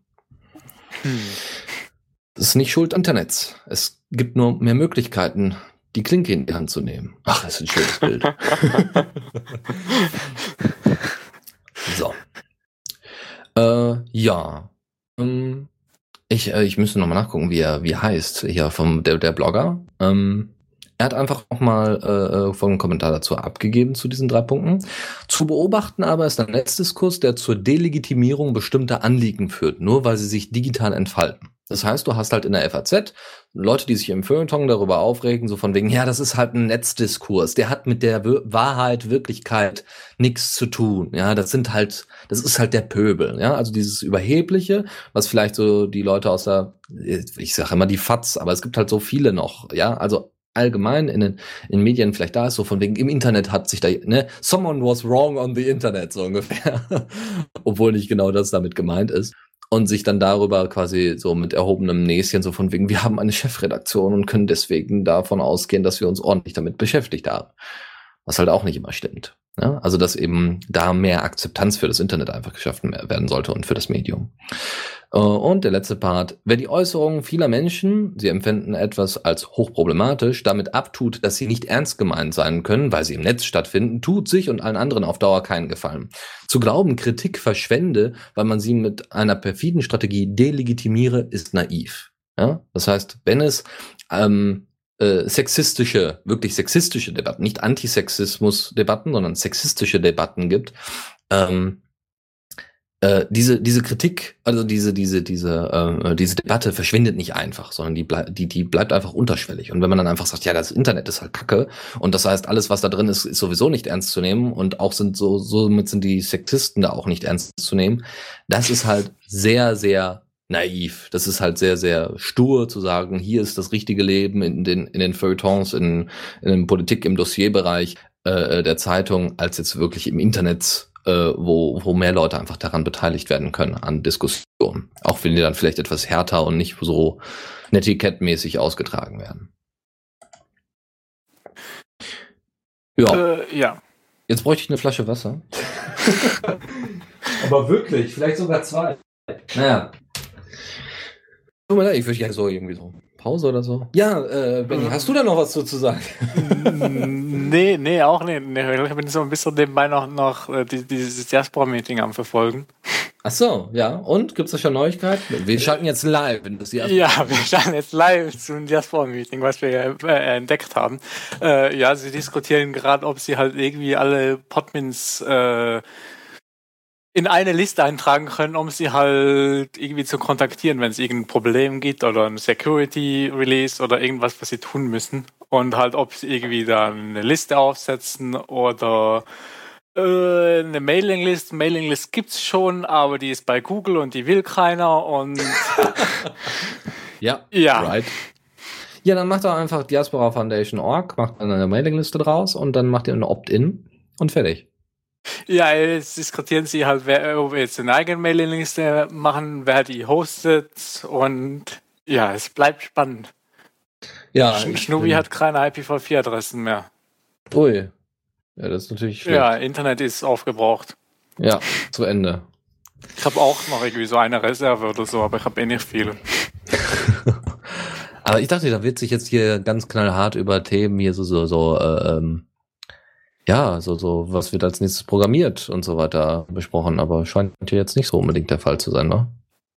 Hm. Das ist nicht Schuld Internets. Es gibt nur mehr Möglichkeiten, die Klinke in die Hand zu nehmen. Ach, das ist ein schönes Bild. So. Äh, ja. Ähm, Ich, äh, ich müsste nochmal nachgucken, wie er, wie er heißt, hier vom der, der Blogger. Ähm, er hat einfach nochmal äh, folgenden Kommentar dazu abgegeben zu diesen drei Punkten. Zu beobachten aber ist ein Netzdiskurs, der zur Delegitimierung bestimmter Anliegen führt, nur weil sie sich digital entfalten. Das heißt, du hast halt in der F A Z Leute, die sich im Feuilleton darüber aufregen, so von wegen, ja, das ist halt ein Netzdiskurs, der hat mit der Wir- Wahrheit, Wirklichkeit nichts zu tun. Ja, das sind halt, das ist halt der Pöbel. Ja, also dieses Überhebliche, was vielleicht so die Leute aus der, ich sage immer die F A Z, aber es gibt halt so viele noch. Ja, also allgemein in den in Medien vielleicht da ist, so von wegen, im Internet hat sich da, ne, someone was wrong on the Internet, so ungefähr. Obwohl nicht genau das damit gemeint ist. Und sich dann darüber quasi so mit erhobenem Näschen so von wegen, wir haben eine Chefredaktion und können deswegen davon ausgehen, dass wir uns ordentlich damit beschäftigt haben. Was halt auch nicht immer stimmt. Ja? Also, dass eben da mehr Akzeptanz für das Internet einfach geschaffen werden sollte und für das Medium. Und der letzte Part. Wer die Äußerungen vieler Menschen, sie empfinden etwas als hochproblematisch, damit abtut, dass sie nicht ernst gemeint sein können, weil sie im Netz stattfinden, tut sich und allen anderen auf Dauer keinen Gefallen. Zu glauben, Kritik verschwende, weil man sie mit einer perfiden Strategie delegitimiere, ist naiv. Ja? Das heißt, wenn es ähm, äh, sexistische, wirklich sexistische Debatten, nicht Antisexismus-Debatten, sondern sexistische Debatten gibt, ähm, Äh, diese diese Kritik, also diese diese diese äh, diese Debatte verschwindet nicht einfach, sondern die bleibt die die bleibt einfach unterschwellig. Und wenn man dann einfach sagt, ja, das Internet ist halt Kacke und das heißt, alles was da drin ist, ist sowieso nicht ernst zu nehmen und auch sind so somit sind die Sexisten da auch nicht ernst zu nehmen. Das ist halt sehr sehr naiv. Das ist halt sehr sehr stur zu sagen, hier ist das richtige Leben in den in den Feuilletons, in in der Politik, im Dossierbereich äh, der Zeitung, als jetzt wirklich im Internet, Äh, wo, wo mehr Leute einfach daran beteiligt werden können an Diskussionen. Auch wenn die dann vielleicht etwas härter und nicht so netikettmäßig ausgetragen werden. Ja. Äh, ja. Jetzt bräuchte ich eine Flasche Wasser. Aber wirklich, vielleicht sogar zwei. Naja. Tut mir leid, ich würde gerne so irgendwie so Pause oder so. Ja, äh, Benni, hast du da noch was zu sagen? nee, nee, auch nicht. Nee, ich bin so ein bisschen nebenbei noch, noch äh, die, dieses Diaspora-Meeting am Verfolgen. Ach so, ja. Und? Gibt's da schon Neuigkeiten? Wir schalten jetzt live in das Diaspora. Ja, wir schalten jetzt live zum Diaspora-Meeting, was wir äh, entdeckt haben. Äh, ja, sie diskutieren gerade, ob sie halt irgendwie alle Podmins äh, in eine Liste eintragen können, um sie halt irgendwie zu kontaktieren, wenn es irgendein Problem gibt oder ein Security-Release oder irgendwas, was sie tun müssen. Und halt, ob sie irgendwie da eine Liste aufsetzen oder äh, eine Mailinglist. Mailinglist gibt's schon, aber die ist bei Google und die will keiner und ja, ja. Right. Ja, dann macht doch einfach Diaspora Foundation Punkt org, macht dann eine Mailingliste draus und dann macht ihr eine Opt-in und fertig. Ja, jetzt diskutieren sie halt, wer, ob wir jetzt eine eigene Mailingliste machen, wer die hostet und ja, es bleibt spannend. Ja, Sch- Schnubi hat keine I P v vier Adressen mehr. Ui. Ja, das ist natürlich schlecht. Ja, Internet ist aufgebraucht. Ja, zu Ende. Ich habe auch noch irgendwie so eine Reserve oder so, aber ich habe eh nicht viele. Aber ich dachte, da wird sich jetzt hier ganz knallhart über Themen hier so, so, so, äh, ähm, ja, so, so, was wird als nächstes programmiert und so weiter besprochen, aber scheint hier jetzt nicht so unbedingt der Fall zu sein, ne?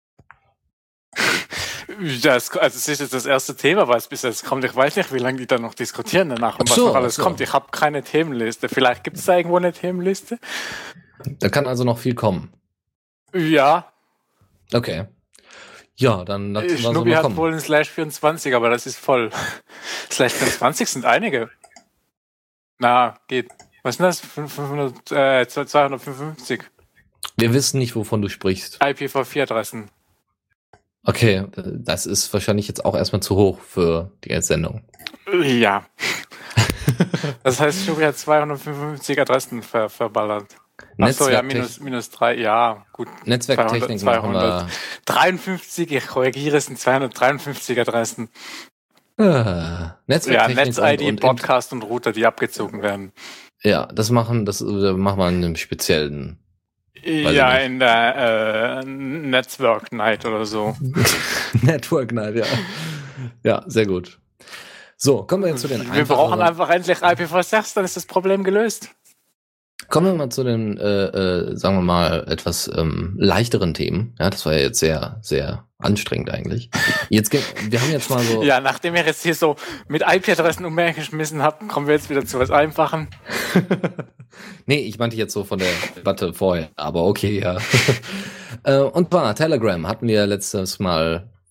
Das, also es ist jetzt das erste Thema, was bis jetzt kommt. Ich weiß nicht, wie lange die da noch diskutieren danach und Ach so, was noch alles ach so. kommt. Ich habe keine Themenliste. Vielleicht gibt es da irgendwo eine Themenliste? Da kann also noch viel kommen. Ja. Okay. Ja, dann lassen wir so Schnubi mal hat kommen. wohl ein Slash vierundzwanzig, aber das ist voll. Slash vierundzwanzig sind einige. Na, geht. Was ist denn das? fünfhundert, äh, zweihundertfünfundfünfzig. Wir wissen nicht, wovon du sprichst. I P v vier Adressen. Okay, das ist wahrscheinlich jetzt auch erstmal zu hoch für die Sendung. Ja. Das heißt, Schnubi hat zweihundertfünfundfünfzig Adressen ver verballert. Achso, ja, minus, minus drei, ja, gut. Netzwerktechnik machen wir. zweihundertdreiundfünfzig, ich korrigiere, es sind zweihundertdreiundfünfzig Adressen. Ah, Netzwerktechnik ja, Netz-I D, und, und Podcast und Router, die abgezogen werden. Ja, das machen, das machen wir in einem speziellen. Ja, in der äh, Network Night oder so. Network Night, ja. Ja, sehr gut. So, kommen wir jetzt zu den Wir brauchen einfach endlich I P v sechs, dann ist das Problem gelöst. Kommen wir mal zu den, äh, äh, sagen wir mal, etwas ähm, leichteren Themen. Ja, das war ja jetzt sehr, sehr anstrengend eigentlich. Jetzt, ge- wir haben jetzt mal so... Ja, nachdem ihr jetzt hier so mit I P-Adressen umhergeschmissen habt, kommen wir jetzt wieder zu was Einfachem. Nee, ich meinte jetzt so von der Debatte vorher, aber okay, ja. äh, und zwar Telegram hatten wir letztes Mal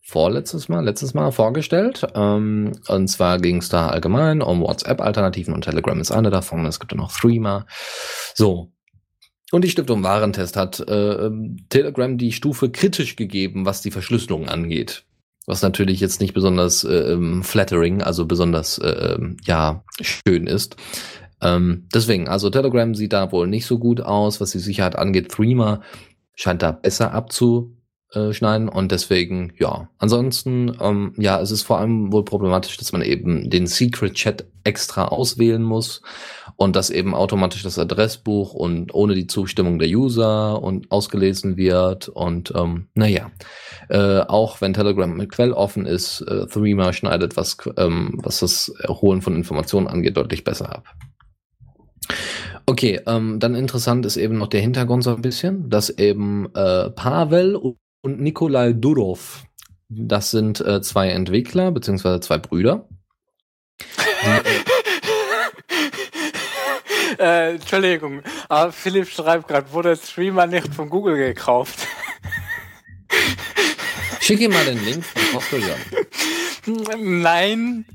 vorletztes Mal, letztes Mal vorgestellt. Ähm, und zwar ging es da allgemein um WhatsApp-Alternativen und Telegram ist eine davon. Es gibt ja noch Threema. So. Und die Stiftung Warentest hat äh, Telegram die Stufe kritisch gegeben, was die Verschlüsselung angeht. Was natürlich jetzt nicht besonders äh, flattering, also besonders äh, ja schön ist. Ähm, deswegen, also Telegram sieht da wohl nicht so gut aus, was die Sicherheit angeht. Threema scheint da besser abzuschneiden und deswegen, ja. Ansonsten, ähm, ja, es ist vor allem wohl problematisch, dass man eben den Secret Chat extra auswählen muss und dass eben automatisch das Adressbuch und ohne die Zustimmung der User und ausgelesen wird und ähm, naja, äh, auch wenn Telegram mit quelloffen ist, äh, Threema schneidet, was, ähm, was das Erholen von Informationen angeht, deutlich besser ab. Okay, ähm, dann interessant ist eben noch der Hintergrund so ein bisschen, dass eben äh, Pavel und Nikolai Durov, das sind äh, zwei Entwickler, beziehungsweise zwei Brüder. Die, äh, Entschuldigung, aber Philipp schreibt gerade, wurde Threema nicht von Google gekauft? Schick ihm mal den Link von Postillon. Nein.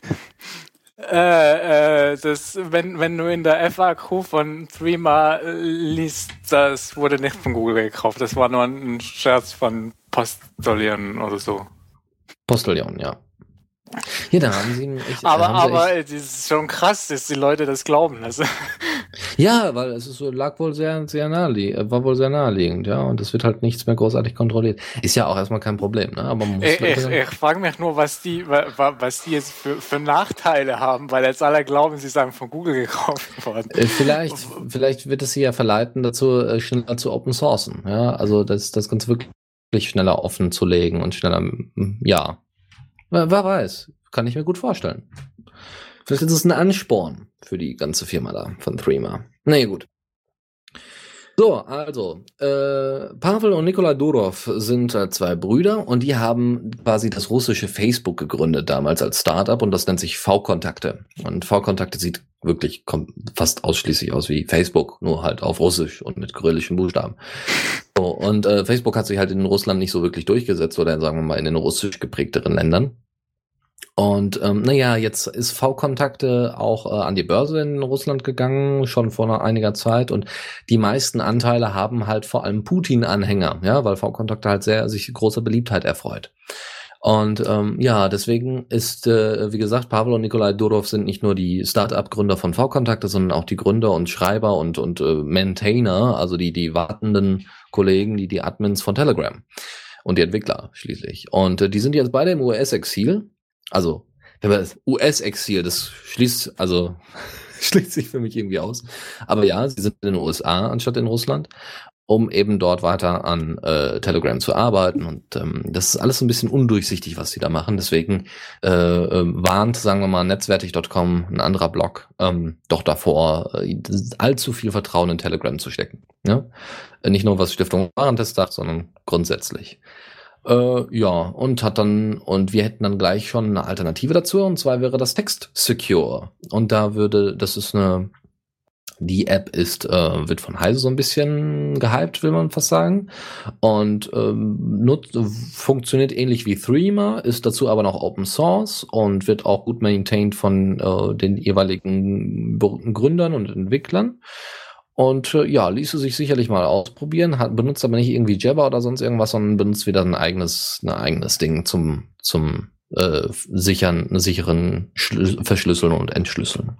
Äh, äh, das, wenn, wenn du in der F A Q von Threema liest, das wurde nicht von Google gekauft. Das war nur ein Scherz von Postillon oder so. Postillon, ja. Hier, da haben sie ihn echt, Aber, haben sie aber echt, es ist schon krass, dass die Leute das glauben. Also. Ja, weil es ist so, lag wohl sehr, sehr naheliegend, war wohl sehr naheliegend, ja, und es wird halt nichts mehr großartig kontrolliert. Ist ja auch erstmal kein Problem, ne, aber man muss... Ich, ich, ich frage mich nur, was die, was die jetzt für, für Nachteile haben, weil jetzt alle glauben, sie seien von Google gekauft worden. Vielleicht, vielleicht wird es sie ja verleiten, dazu schneller zu open sourcen, ja, also das, das Ganze wirklich schneller offen zu legen und schneller, ja, wer, wer weiß, kann ich mir gut vorstellen. Vielleicht ist es ein Ansporn für die ganze Firma da von Threema. Nee, gut. So, also, äh, Pavel und Nikolai Durov sind äh, zwei Brüder und die haben quasi das russische Facebook gegründet damals als Startup und das nennt sich V-Kontakte. Und V-Kontakte sieht wirklich fast ausschließlich aus wie Facebook, nur halt auf Russisch und mit kyrillischen Buchstaben. So, und äh, Facebook hat sich halt in Russland nicht so wirklich durchgesetzt oder sagen wir mal in den russisch geprägteren Ländern. Und ähm, naja, jetzt ist V-Kontakte auch äh, an die Börse in Russland gegangen, schon vor einiger Zeit. Und die meisten Anteile haben halt vor allem Putin-Anhänger, ja, weil V-Kontakte halt sehr sich großer Beliebtheit erfreut. Und ähm, ja, deswegen ist, äh, wie gesagt, Pavel und Nikolai Durov sind nicht nur die Start-up-Gründer von V-Kontakte, sondern auch die Gründer und Schreiber und und äh, Maintainer, also die die wartenden Kollegen, die die Admins von Telegram und die Entwickler schließlich. Und äh, die sind jetzt beide im U S-Exil. Also, wenn man das U S-Exil, das schließt, also, schließt sich für mich irgendwie aus. Aber ja, sie sind in den U S A anstatt in Russland, um eben dort weiter an äh, Telegram zu arbeiten. Und ähm, das ist alles ein bisschen undurchsichtig, was sie da machen. Deswegen äh, äh, warnt, sagen wir mal, netzwertig Punkt com, ein anderer Blog, ähm, doch davor, äh, allzu viel Vertrauen in Telegram zu stecken. Ja? Nicht nur was Stiftung Warentest sagt, sondern grundsätzlich. Äh, ja, und hat dann, und wir hätten dann gleich schon eine Alternative dazu, und zwar wäre das Text Secure. Und da würde, das ist eine, die App ist, äh, wird von Heise so ein bisschen gehypt, will man fast sagen. Und ähm, nutzt, funktioniert ähnlich wie Threema, ist dazu aber noch Open Source und wird auch gut maintained von äh, den jeweiligen Gründern und Entwicklern. Und äh, ja, ließe sich sicherlich mal ausprobieren, hat, benutzt aber nicht irgendwie Jabber oder sonst irgendwas, sondern benutzt wieder ein eigenes, ein eigenes Ding zum, zum äh, sichern, sicheren Schlü- Verschlüsseln und Entschlüsseln.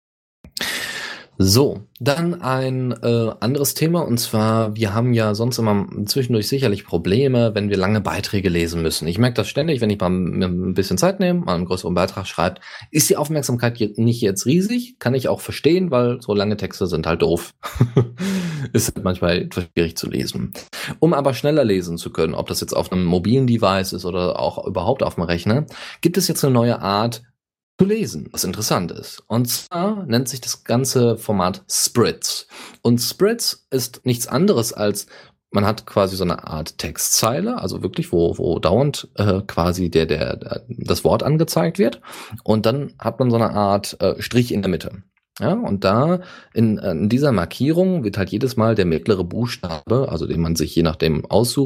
So, dann ein äh, anderes Thema, und zwar, wir haben ja sonst immer zwischendurch sicherlich Probleme, wenn wir lange Beiträge lesen müssen. Ich merke das ständig, wenn ich mal mir ein bisschen Zeit nehme, mal einen größeren Beitrag schreibe, ist die Aufmerksamkeit nicht jetzt riesig, kann ich auch verstehen, weil so lange Texte sind halt doof. Ist halt manchmal etwas schwierig zu lesen. Um aber schneller lesen zu können, ob das jetzt auf einem mobilen Device ist oder auch überhaupt auf dem Rechner, gibt es jetzt eine neue Art, zu lesen, was interessant ist. Und zwar nennt sich das ganze Format Spritz. Und Spritz ist nichts anderes als, man hat quasi so eine Art Textzeile, also wirklich, wo, wo dauernd äh, quasi der, der, der, das Wort angezeigt wird. Und dann hat man so eine Art äh, Strich in der Mitte. Ja, und da in, in dieser Markierung wird halt jedes Mal der mittlere Buchstabe, also den man sich je nachdem aussucht,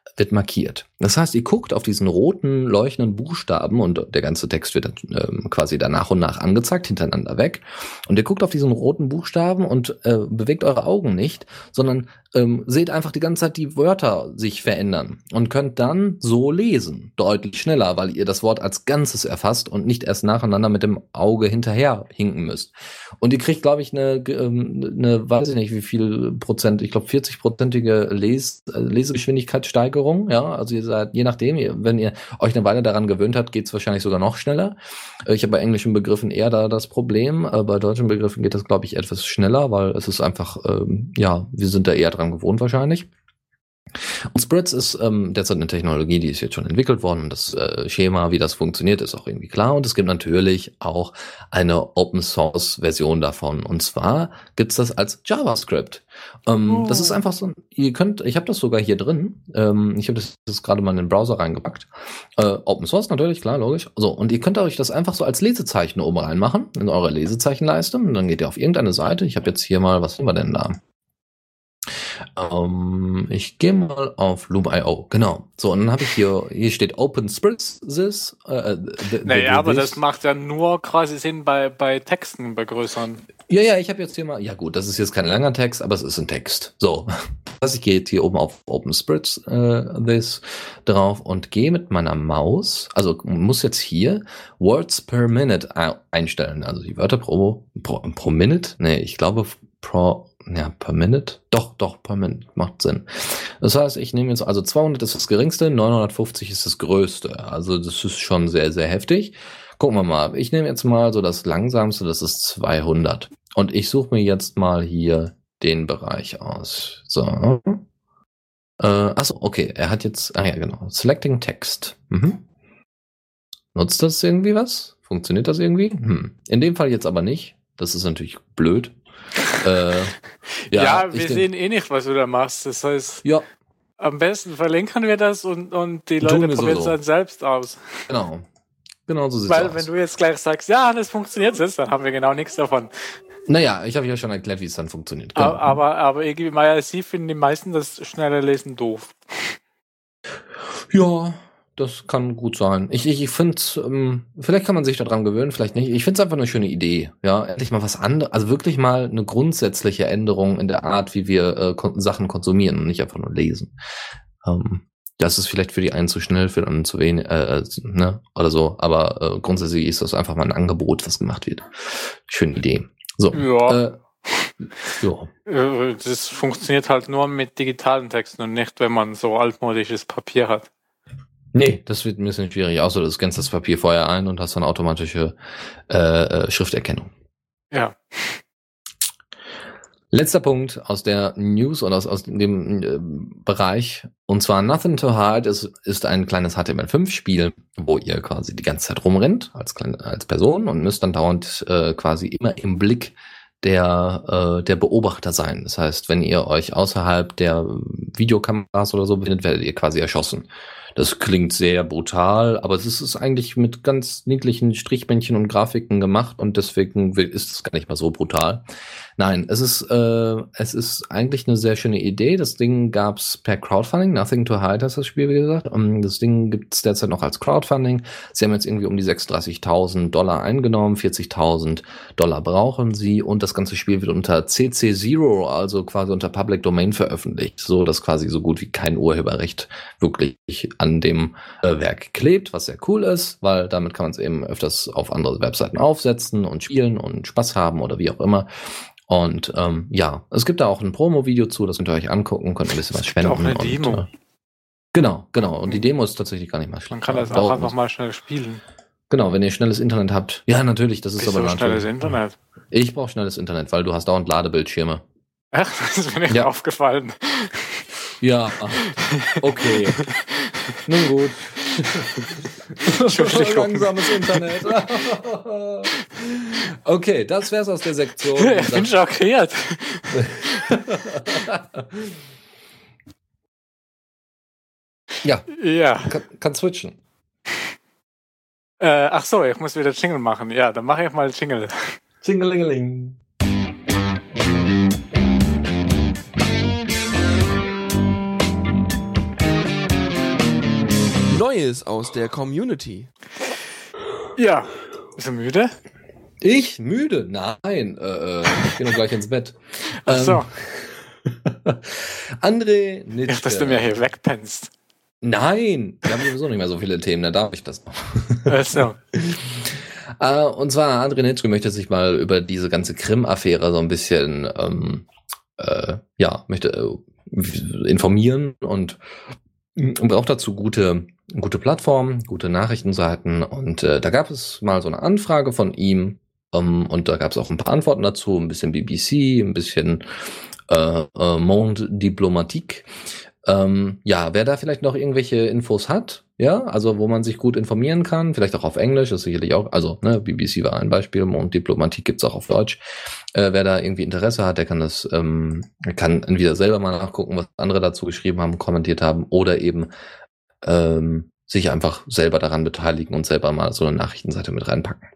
wird markiert. Das heißt, ihr guckt auf diesen roten, leuchtenden Buchstaben und der ganze Text wird ähm, quasi da nach und nach angezeigt, hintereinander weg. Und ihr guckt auf diesen roten Buchstaben und äh, bewegt eure Augen nicht, sondern ähm, seht einfach die ganze Zeit die Wörter sich verändern und könnt dann so lesen, deutlich schneller, weil ihr das Wort als Ganzes erfasst und nicht erst nacheinander mit dem Auge hinterher hinken müsst. Und ihr kriegt, glaube ich, eine, eine, weiß ich nicht, wie viel Prozent, ich glaube vierzig-prozentige Les, Lesegeschwindigkeitssteigerung, ja, also ihr seid, je nachdem, ihr, wenn ihr euch eine Weile daran gewöhnt habt, geht es wahrscheinlich sogar noch schneller. Ich habe bei englischen Begriffen eher da das Problem, bei deutschen Begriffen geht das, glaube ich, etwas schneller, weil es ist einfach, ähm, ja, wir sind da eher dran gewohnt wahrscheinlich. Und Spritz ist ähm, derzeit eine Technologie, die ist jetzt schon entwickelt worden und das äh, Schema, wie das funktioniert, ist auch irgendwie klar. Und es gibt natürlich auch eine Open-Source-Version davon. Und zwar gibt's das als JavaScript. Ähm, oh. Das ist einfach so, ihr könnt, ich habe das sogar hier drin. Ähm, ich habe das, das gerade mal in den Browser reingepackt. Äh, Open-Source natürlich, klar, logisch. So, und ihr könnt euch das einfach so als Lesezeichen oben reinmachen, in eure Lesezeichenleiste. Und dann geht ihr auf irgendeine Seite. Ich habe jetzt hier mal, was haben wir denn da? Um, ich gehe mal auf Loom Punkt io, genau. So, und dann habe ich hier, hier steht Open Spritz this. Äh, the, naja, the, aber this. Das macht ja nur quasi Sinn bei, bei Texten, bei größeren. Ja, ja, ich habe jetzt hier mal, ja gut, das ist jetzt kein langer Text, aber es ist ein Text. So, also ich gehe jetzt hier oben auf Open Spritz äh, this drauf und gehe mit meiner Maus, also muss jetzt hier Words per Minute einstellen, also die Wörter pro, pro, pro Minute, nee, ich glaube pro, ja, per Minute, doch, doch, per Minute, macht Sinn. Das heißt, ich nehme jetzt, also zweihundert ist das geringste, neunhundertfünfzig ist das größte, also das ist schon sehr, sehr heftig. Gucken wir mal, ich nehme jetzt mal so das langsamste, das ist zweihundert. Und ich suche mir jetzt mal hier den Bereich aus. So. Äh, achso, okay, er hat jetzt, ah ja, genau, Selecting Text. Mhm. Nutzt das irgendwie was? Funktioniert das irgendwie? Hm. In dem Fall jetzt aber nicht. Das ist natürlich blöd. äh, ja, ja, wir sehen eh nicht, was du da machst. Das heißt, ja. Am besten verlinken wir das und, und die Leute probieren es so. dann selbst aus. Genau. Genau so sieht's Weil, aus. wenn du jetzt gleich sagst, ja, das funktioniert jetzt, dann haben wir genau nichts davon. Naja, ich habe ja schon erklärt, wie es dann funktioniert. Genau. Aber, aber, aber irgendwie, Maya, sie finden die meisten das schnelle Lesen doof. Ja, das kann gut sein. Ich, ich, ich finde, ähm, vielleicht kann man sich daran gewöhnen, vielleicht nicht. Ich finde es einfach eine schöne Idee. Ja, endlich mal was anderes. Also wirklich mal eine grundsätzliche Änderung in der Art, wie wir äh, kon- Sachen konsumieren und nicht einfach nur lesen. Ähm, Das ist vielleicht für die einen zu schnell, für die anderen zu wenig, äh, ne, oder so. Aber äh, grundsätzlich ist das einfach mal ein Angebot, was gemacht wird. Schöne Idee. So. Ja. Äh, ja. Das funktioniert halt nur mit digitalen Texten und nicht, wenn man so altmodisches Papier hat. Nee, das wird ein bisschen schwierig. Außer du scannst das Papier vorher ein und hast dann automatische äh, äh, Schrifterkennung. Ja. Letzter Punkt aus der News oder aus, aus dem äh, Bereich, und zwar Nothing to Hide ist, ist ein kleines H T M L fünf Spiel, wo ihr quasi die ganze Zeit rumrennt als, kleine, als Person und müsst dann dauernd äh, quasi immer im Blick der, äh, der Beobachter sein. Das heißt, wenn ihr euch außerhalb der Videokameras oder so befindet, werdet ihr quasi erschossen. Das klingt sehr brutal, aber es ist, ist eigentlich mit ganz niedlichen Strichmännchen und Grafiken gemacht und deswegen ist es gar nicht mal so brutal. Nein, es ist äh, es ist eigentlich eine sehr schöne Idee. Das Ding gab's per Crowdfunding. Nothing to Hide heißt das Spiel, wie gesagt. Um, das Ding gibt's derzeit noch als Crowdfunding. Sie haben jetzt irgendwie um die sechsunddreißigtausend Dollar eingenommen, vierzigtausend Dollar brauchen sie und das ganze Spiel wird unter C C null, also quasi unter Public Domain veröffentlicht, so dass quasi so gut wie kein Urheberrecht wirklich an dem äh, Werk klebt, was sehr cool ist, weil damit kann man es eben öfters auf andere Webseiten aufsetzen und spielen und Spaß haben oder wie auch immer. Und ähm, ja, es gibt da auch ein Promo-Video zu, das könnt ihr euch angucken, könnt ein bisschen was spenden. Auch eine und, Demo. Äh, genau, genau. Und die Demo ist tatsächlich gar nicht mal schlecht. Man kann das auch einfach mal schnell spielen. Genau, wenn ihr schnelles Internet habt. Ja, natürlich, das ist Wieso aber natürlich. schnelles Internet? Ich brauche schnelles Internet, weil du hast dauernd Ladebildschirme. Ach, das ist mir nicht Ja. aufgefallen. Ja, okay. Nun gut. Entschuldigung. Langsames Internet. Okay, das wär's aus der Sektion. Ich bin schockiert. Ja, Ja. kann, kann switchen. Äh, ach so, ich muss wieder Jingle machen. Ja, dann mache ich mal Jingle. Jingelingeling. Neues aus der Community? Ja, bist du müde? Ich? Müde? Nein, äh, ich gehe noch gleich ins Bett. Ach so. Ähm, André Nitschke. Nicht, dass du mir hier wegpennst. Nein, wir haben sowieso nicht mehr so viele Themen, dann darf ich das noch. Ach so. äh, und zwar, André Nitschke möchte sich mal über diese ganze Krim-Affäre so ein bisschen, ähm, äh, ja, möchte äh, informieren und, und braucht dazu gute, gute Plattformen, gute Nachrichtenseiten. Und äh, da gab es mal so eine Anfrage von ihm, um, und da gab es auch ein paar Antworten dazu, ein bisschen B B C, ein bisschen äh, äh, Monde Diplomatique. Ähm, ja, wer da vielleicht noch irgendwelche Infos hat, ja, also wo man sich gut informieren kann, vielleicht auch auf Englisch, ist sicherlich auch, also ne, B B C war ein Beispiel, Monde Diplomatique gibt's auch auf Deutsch. Äh, wer da irgendwie Interesse hat, der kann das, ähm, kann entweder selber mal nachgucken, was andere dazu geschrieben haben, kommentiert haben, oder eben ähm, sich einfach selber daran beteiligen und selber mal so eine Nachrichtenseite mit reinpacken.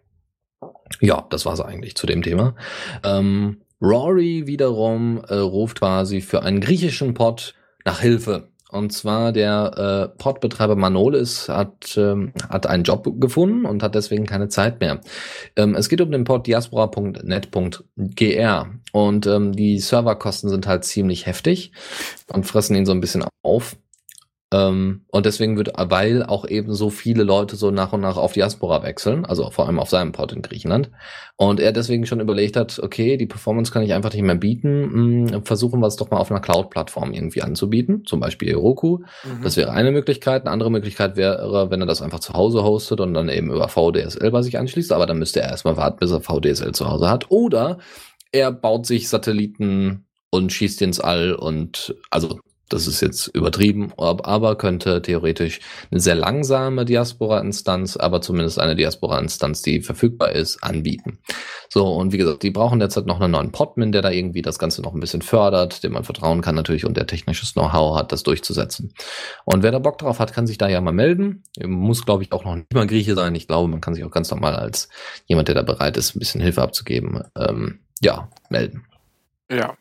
Ja, das war's eigentlich zu dem Thema. Ähm, Rory wiederum äh, ruft quasi für einen griechischen Pod nach Hilfe. Und zwar der äh, Podbetreiber Manolis hat, ähm, hat einen Job gefunden und hat deswegen keine Zeit mehr. Ähm, es geht um den Pod diaspora punkt net punkt g r und ähm, die Serverkosten sind halt ziemlich heftig und fressen ihn so ein bisschen auf. Ähm, und deswegen wird, weil auch eben so viele Leute so nach und nach auf Diaspora wechseln, also vor allem auf seinem Pod in Griechenland. Und er deswegen schon überlegt hat, okay, die Performance kann ich einfach nicht mehr bieten, mh, versuchen wir es doch mal auf einer Cloud-Plattform irgendwie anzubieten, zum Beispiel Heroku. Mhm. Das wäre eine Möglichkeit. Eine andere Möglichkeit wäre, wenn er das einfach zu Hause hostet und dann eben über V D S L bei sich anschließt, aber dann müsste er erstmal warten, bis er V D S L zu Hause hat. Oder er baut sich Satelliten und schießt ins All und, also das ist jetzt übertrieben, aber könnte theoretisch eine sehr langsame Diaspora-Instanz, aber zumindest eine Diaspora-Instanz, die verfügbar ist, anbieten. So, und wie gesagt, die brauchen derzeit noch einen neuen Podman, der da irgendwie das Ganze noch ein bisschen fördert, dem man vertrauen kann natürlich und der technisches Know-how hat, das durchzusetzen. Und wer da Bock drauf hat, kann sich da ja mal melden. Muss, glaube ich, auch noch nicht mal Grieche sein. Ich glaube, man kann sich auch ganz normal als jemand, der da bereit ist, ein bisschen Hilfe abzugeben, ähm, ja, melden. Ja.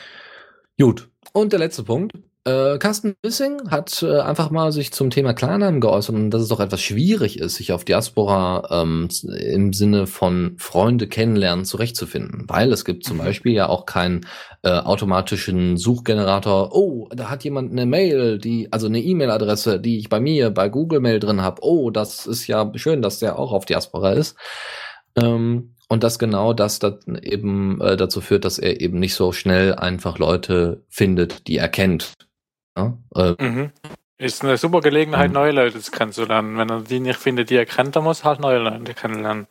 Gut. Und der letzte Punkt. Äh, Carsten Wissing hat äh, einfach mal sich zum Thema Klarnamen geäußert und dass es doch etwas schwierig ist, sich auf Diaspora ähm, im Sinne von Freunde kennenlernen zurechtzufinden, weil es gibt zum Beispiel ja auch keinen äh, automatischen Suchgenerator. Oh, da hat jemand eine Mail, die also eine E-Mail-Adresse, die ich bei mir bei Google Mail drin habe. Oh, das ist ja schön, dass der auch auf Diaspora ist. Ähm, Und dass genau das dann eben äh, dazu führt, dass er eben nicht so schnell einfach Leute findet, die er kennt. Ja? Äh, mhm. Ist eine super Gelegenheit, mhm. neue Leute kennenzulernen. Wenn er die nicht findet, die er kennt, dann muss halt neue Leute kennenlernen.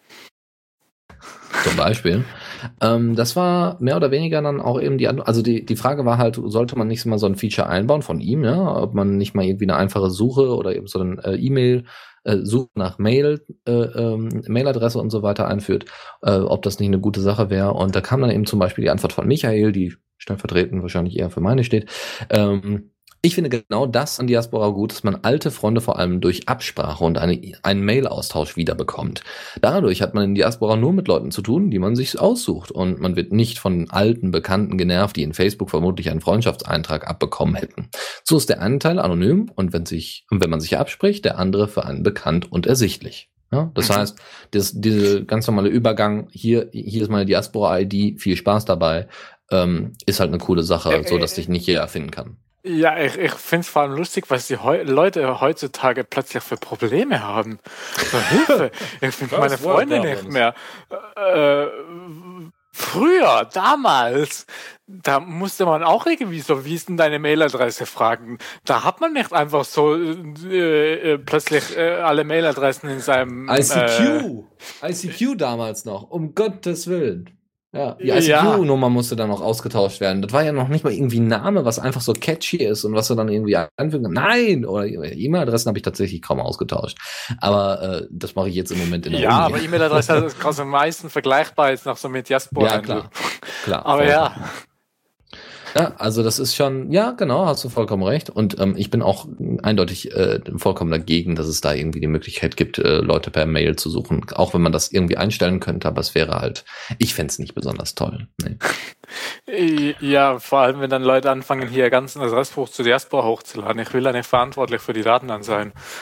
Zum Beispiel. Ähm, das war mehr oder weniger dann auch eben die, also die, die Frage war halt, sollte man nicht mal so ein Feature einbauen von ihm, ja? Ob man nicht mal irgendwie eine einfache Suche oder eben so ein äh, E-Mail äh, Suche nach Mail, äh, ähm, Mailadresse und so weiter einführt, äh, ob das nicht eine gute Sache wäre. Und da kam dann eben zum Beispiel die Antwort von Michael, die stellvertretend wahrscheinlich eher für meine steht. Ähm, Ich finde genau das an Diaspora gut, dass man alte Freunde vor allem durch Absprache und eine, einen Mail-Austausch wiederbekommt. Dadurch hat man in Diaspora nur mit Leuten zu tun, die man sich aussucht. Und man wird nicht von alten Bekannten genervt, die in Facebook vermutlich einen Freundschaftseintrag abbekommen hätten. So ist der eine Teil anonym und wenn, sich, wenn man sich abspricht, der andere für einen bekannt und ersichtlich. Ja, das heißt, das, diese ganz normale Übergang, hier, hier ist meine Diaspora-I D, viel Spaß dabei, ähm, ist halt eine coole Sache, so dass dich nicht jeder finden kann. Ja, ich, ich finde es vor allem lustig, was die heu- Leute heutzutage plötzlich für Probleme haben. So, Hilfe, ich finde meine Freunde nicht mehr. Äh, früher, damals, da musste man auch irgendwie so, wie ist denn deine Mailadresse fragen. Da hat man nicht einfach so äh, äh, plötzlich äh, alle Mailadressen in seinem... I C Q! Äh, I C Q damals noch, um Gottes Willen. Ja, die I C Ja. Q-Nummer musste dann noch ausgetauscht werden. Das war ja noch nicht mal irgendwie ein Name, was einfach so catchy ist und was du dann irgendwie einfügen. Nein! Oder E-Mail-Adressen habe ich tatsächlich kaum ausgetauscht. Aber äh, das mache ich jetzt im Moment in der Ja, Uni. aber E-Mail-Adresse ist quasi am meisten vergleichbar jetzt noch so mit Diaspora. Ja, klar. klar Aber voll. ja. Ja, also das ist schon, ja, genau, hast du vollkommen recht. Und ähm, ich bin auch eindeutig äh, vollkommen dagegen, dass es da irgendwie die Möglichkeit gibt, äh, Leute per Mail zu suchen. Auch wenn man das irgendwie einstellen könnte, aber es wäre halt, ich fände es nicht besonders toll. Nee. Ja, vor allem, wenn dann Leute anfangen, hier ganzen Adressbuch zu Diaspora hochzuladen. Ich will da nicht verantwortlich für die Daten dann sein.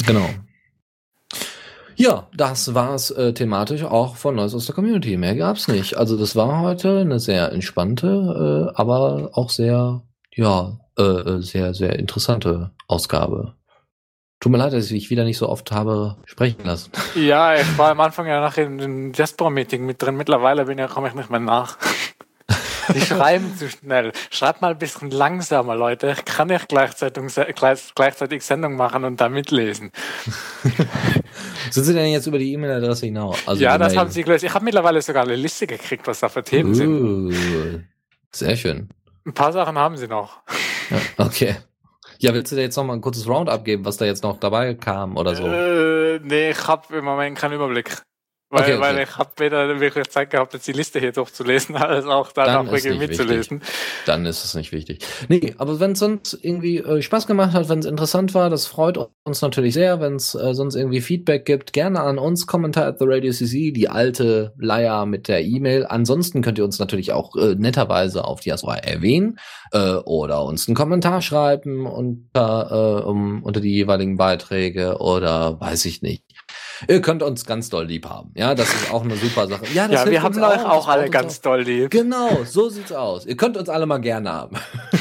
Genau. Ja, das war's äh, thematisch auch von Neues aus der Community. Mehr gab's nicht. Also das war heute eine sehr entspannte, äh, aber auch sehr, ja, äh, sehr, sehr interessante Ausgabe. Tut mir leid, dass ich mich wieder nicht so oft habe sprechen lassen. Ja, ich war am Anfang ja noch in einem Diaspora-Meeting mit drin. Mittlerweile bin ich, komme ich nicht mehr nach. Die schreiben zu schnell. Schreibt mal ein bisschen langsamer, Leute. Ich kann nicht gleichzeitig, gleichzeitig Sendung machen und da mitlesen. Sind Sie denn jetzt über die E-Mail-Adresse hinaus? Also ja, das Mail. Haben Sie gelöst. Ich habe mittlerweile sogar eine Liste gekriegt, was da für Themen uh, sind. Sehr schön. Ein paar Sachen haben Sie noch. Ja, okay. Ja, willst du dir jetzt noch mal ein kurzes Roundup geben, was da jetzt noch dabei kam oder so? Äh, nee, ich habe im Moment keinen Überblick. Weil, okay, okay. weil ich habe weder wirklich Zeit gehabt, jetzt die Liste hier durchzulesen, als auch danach wirklich mitzulesen. Wichtig. Dann ist es nicht wichtig. Nee, aber wenn es sonst irgendwie äh, Spaß gemacht hat, wenn es interessant war, das freut uns natürlich sehr. Wenn es äh, sonst irgendwie Feedback gibt, gerne an uns, Kommentar at the Radio C C, die alte Leier mit der E-Mail. Ansonsten könnt ihr uns natürlich auch äh, netterweise auf Diaspora erwähnen äh, oder uns einen Kommentar schreiben unter, äh, um, unter die jeweiligen Beiträge oder weiß ich nicht. Ihr könnt uns ganz doll lieb haben. Ja, das ist auch eine super Sache. Ja, das ja wir haben euch auch, auch alle ganz auch. doll lieb. Genau, so sieht's aus. Ihr könnt uns alle mal gerne haben.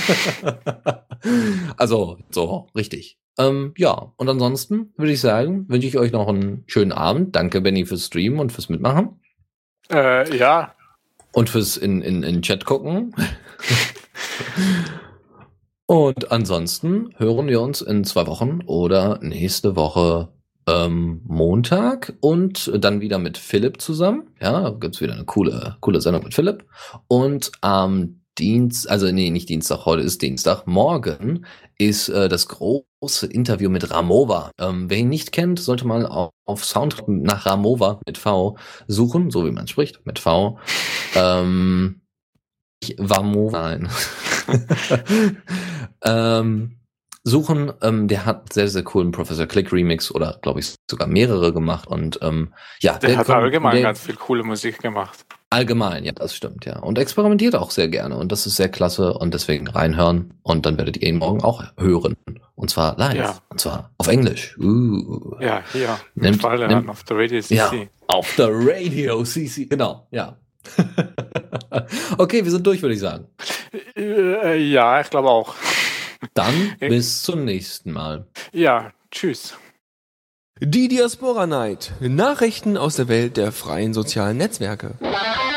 Also, so, richtig. Ähm, ja, und ansonsten würde ich sagen, wünsche ich euch noch einen schönen Abend. Danke, Benny, fürs Streamen und fürs Mitmachen. Äh, ja. Und fürs in, in, in Chat gucken. Und ansonsten hören wir uns in zwei Wochen oder nächste Woche Ähm, Montag und dann wieder mit Philipp zusammen. Ja, da gibt's wieder eine coole, coole Sendung mit Philipp. Und am Dienst, also nee, nicht Dienstag, heute ist Dienstag. Morgen ist äh, das große Interview mit Ramova. Ähm, wer ihn nicht kennt, sollte mal auf, auf Soundtrack nach Ramova mit V suchen, so wie man spricht, mit V. ähm, Vamova, nein. ähm, suchen, ähm, der hat sehr, sehr coolen Professor Click Remix oder glaube ich sogar mehrere gemacht und ähm, ja. Der, der hat kommt, allgemein der, ganz viel coole Musik gemacht. Allgemein, ja, das stimmt, ja. Und experimentiert auch sehr gerne und das ist sehr klasse und deswegen reinhören und dann werdet ihr ihn morgen auch hören. Und zwar live. Ja. Und zwar auf Englisch. Uh. Ja, hier. Nimmt, Fall, nimmt, auf der Radio C C. Ja, auf der Radio C C, genau, ja. Okay, wir sind durch, würde ich sagen. Äh, ja, ich glaube auch. Dann bis zum nächsten Mal. Ja, tschüss. Die Diaspora Night. Nachrichten aus der Welt der freien sozialen Netzwerke.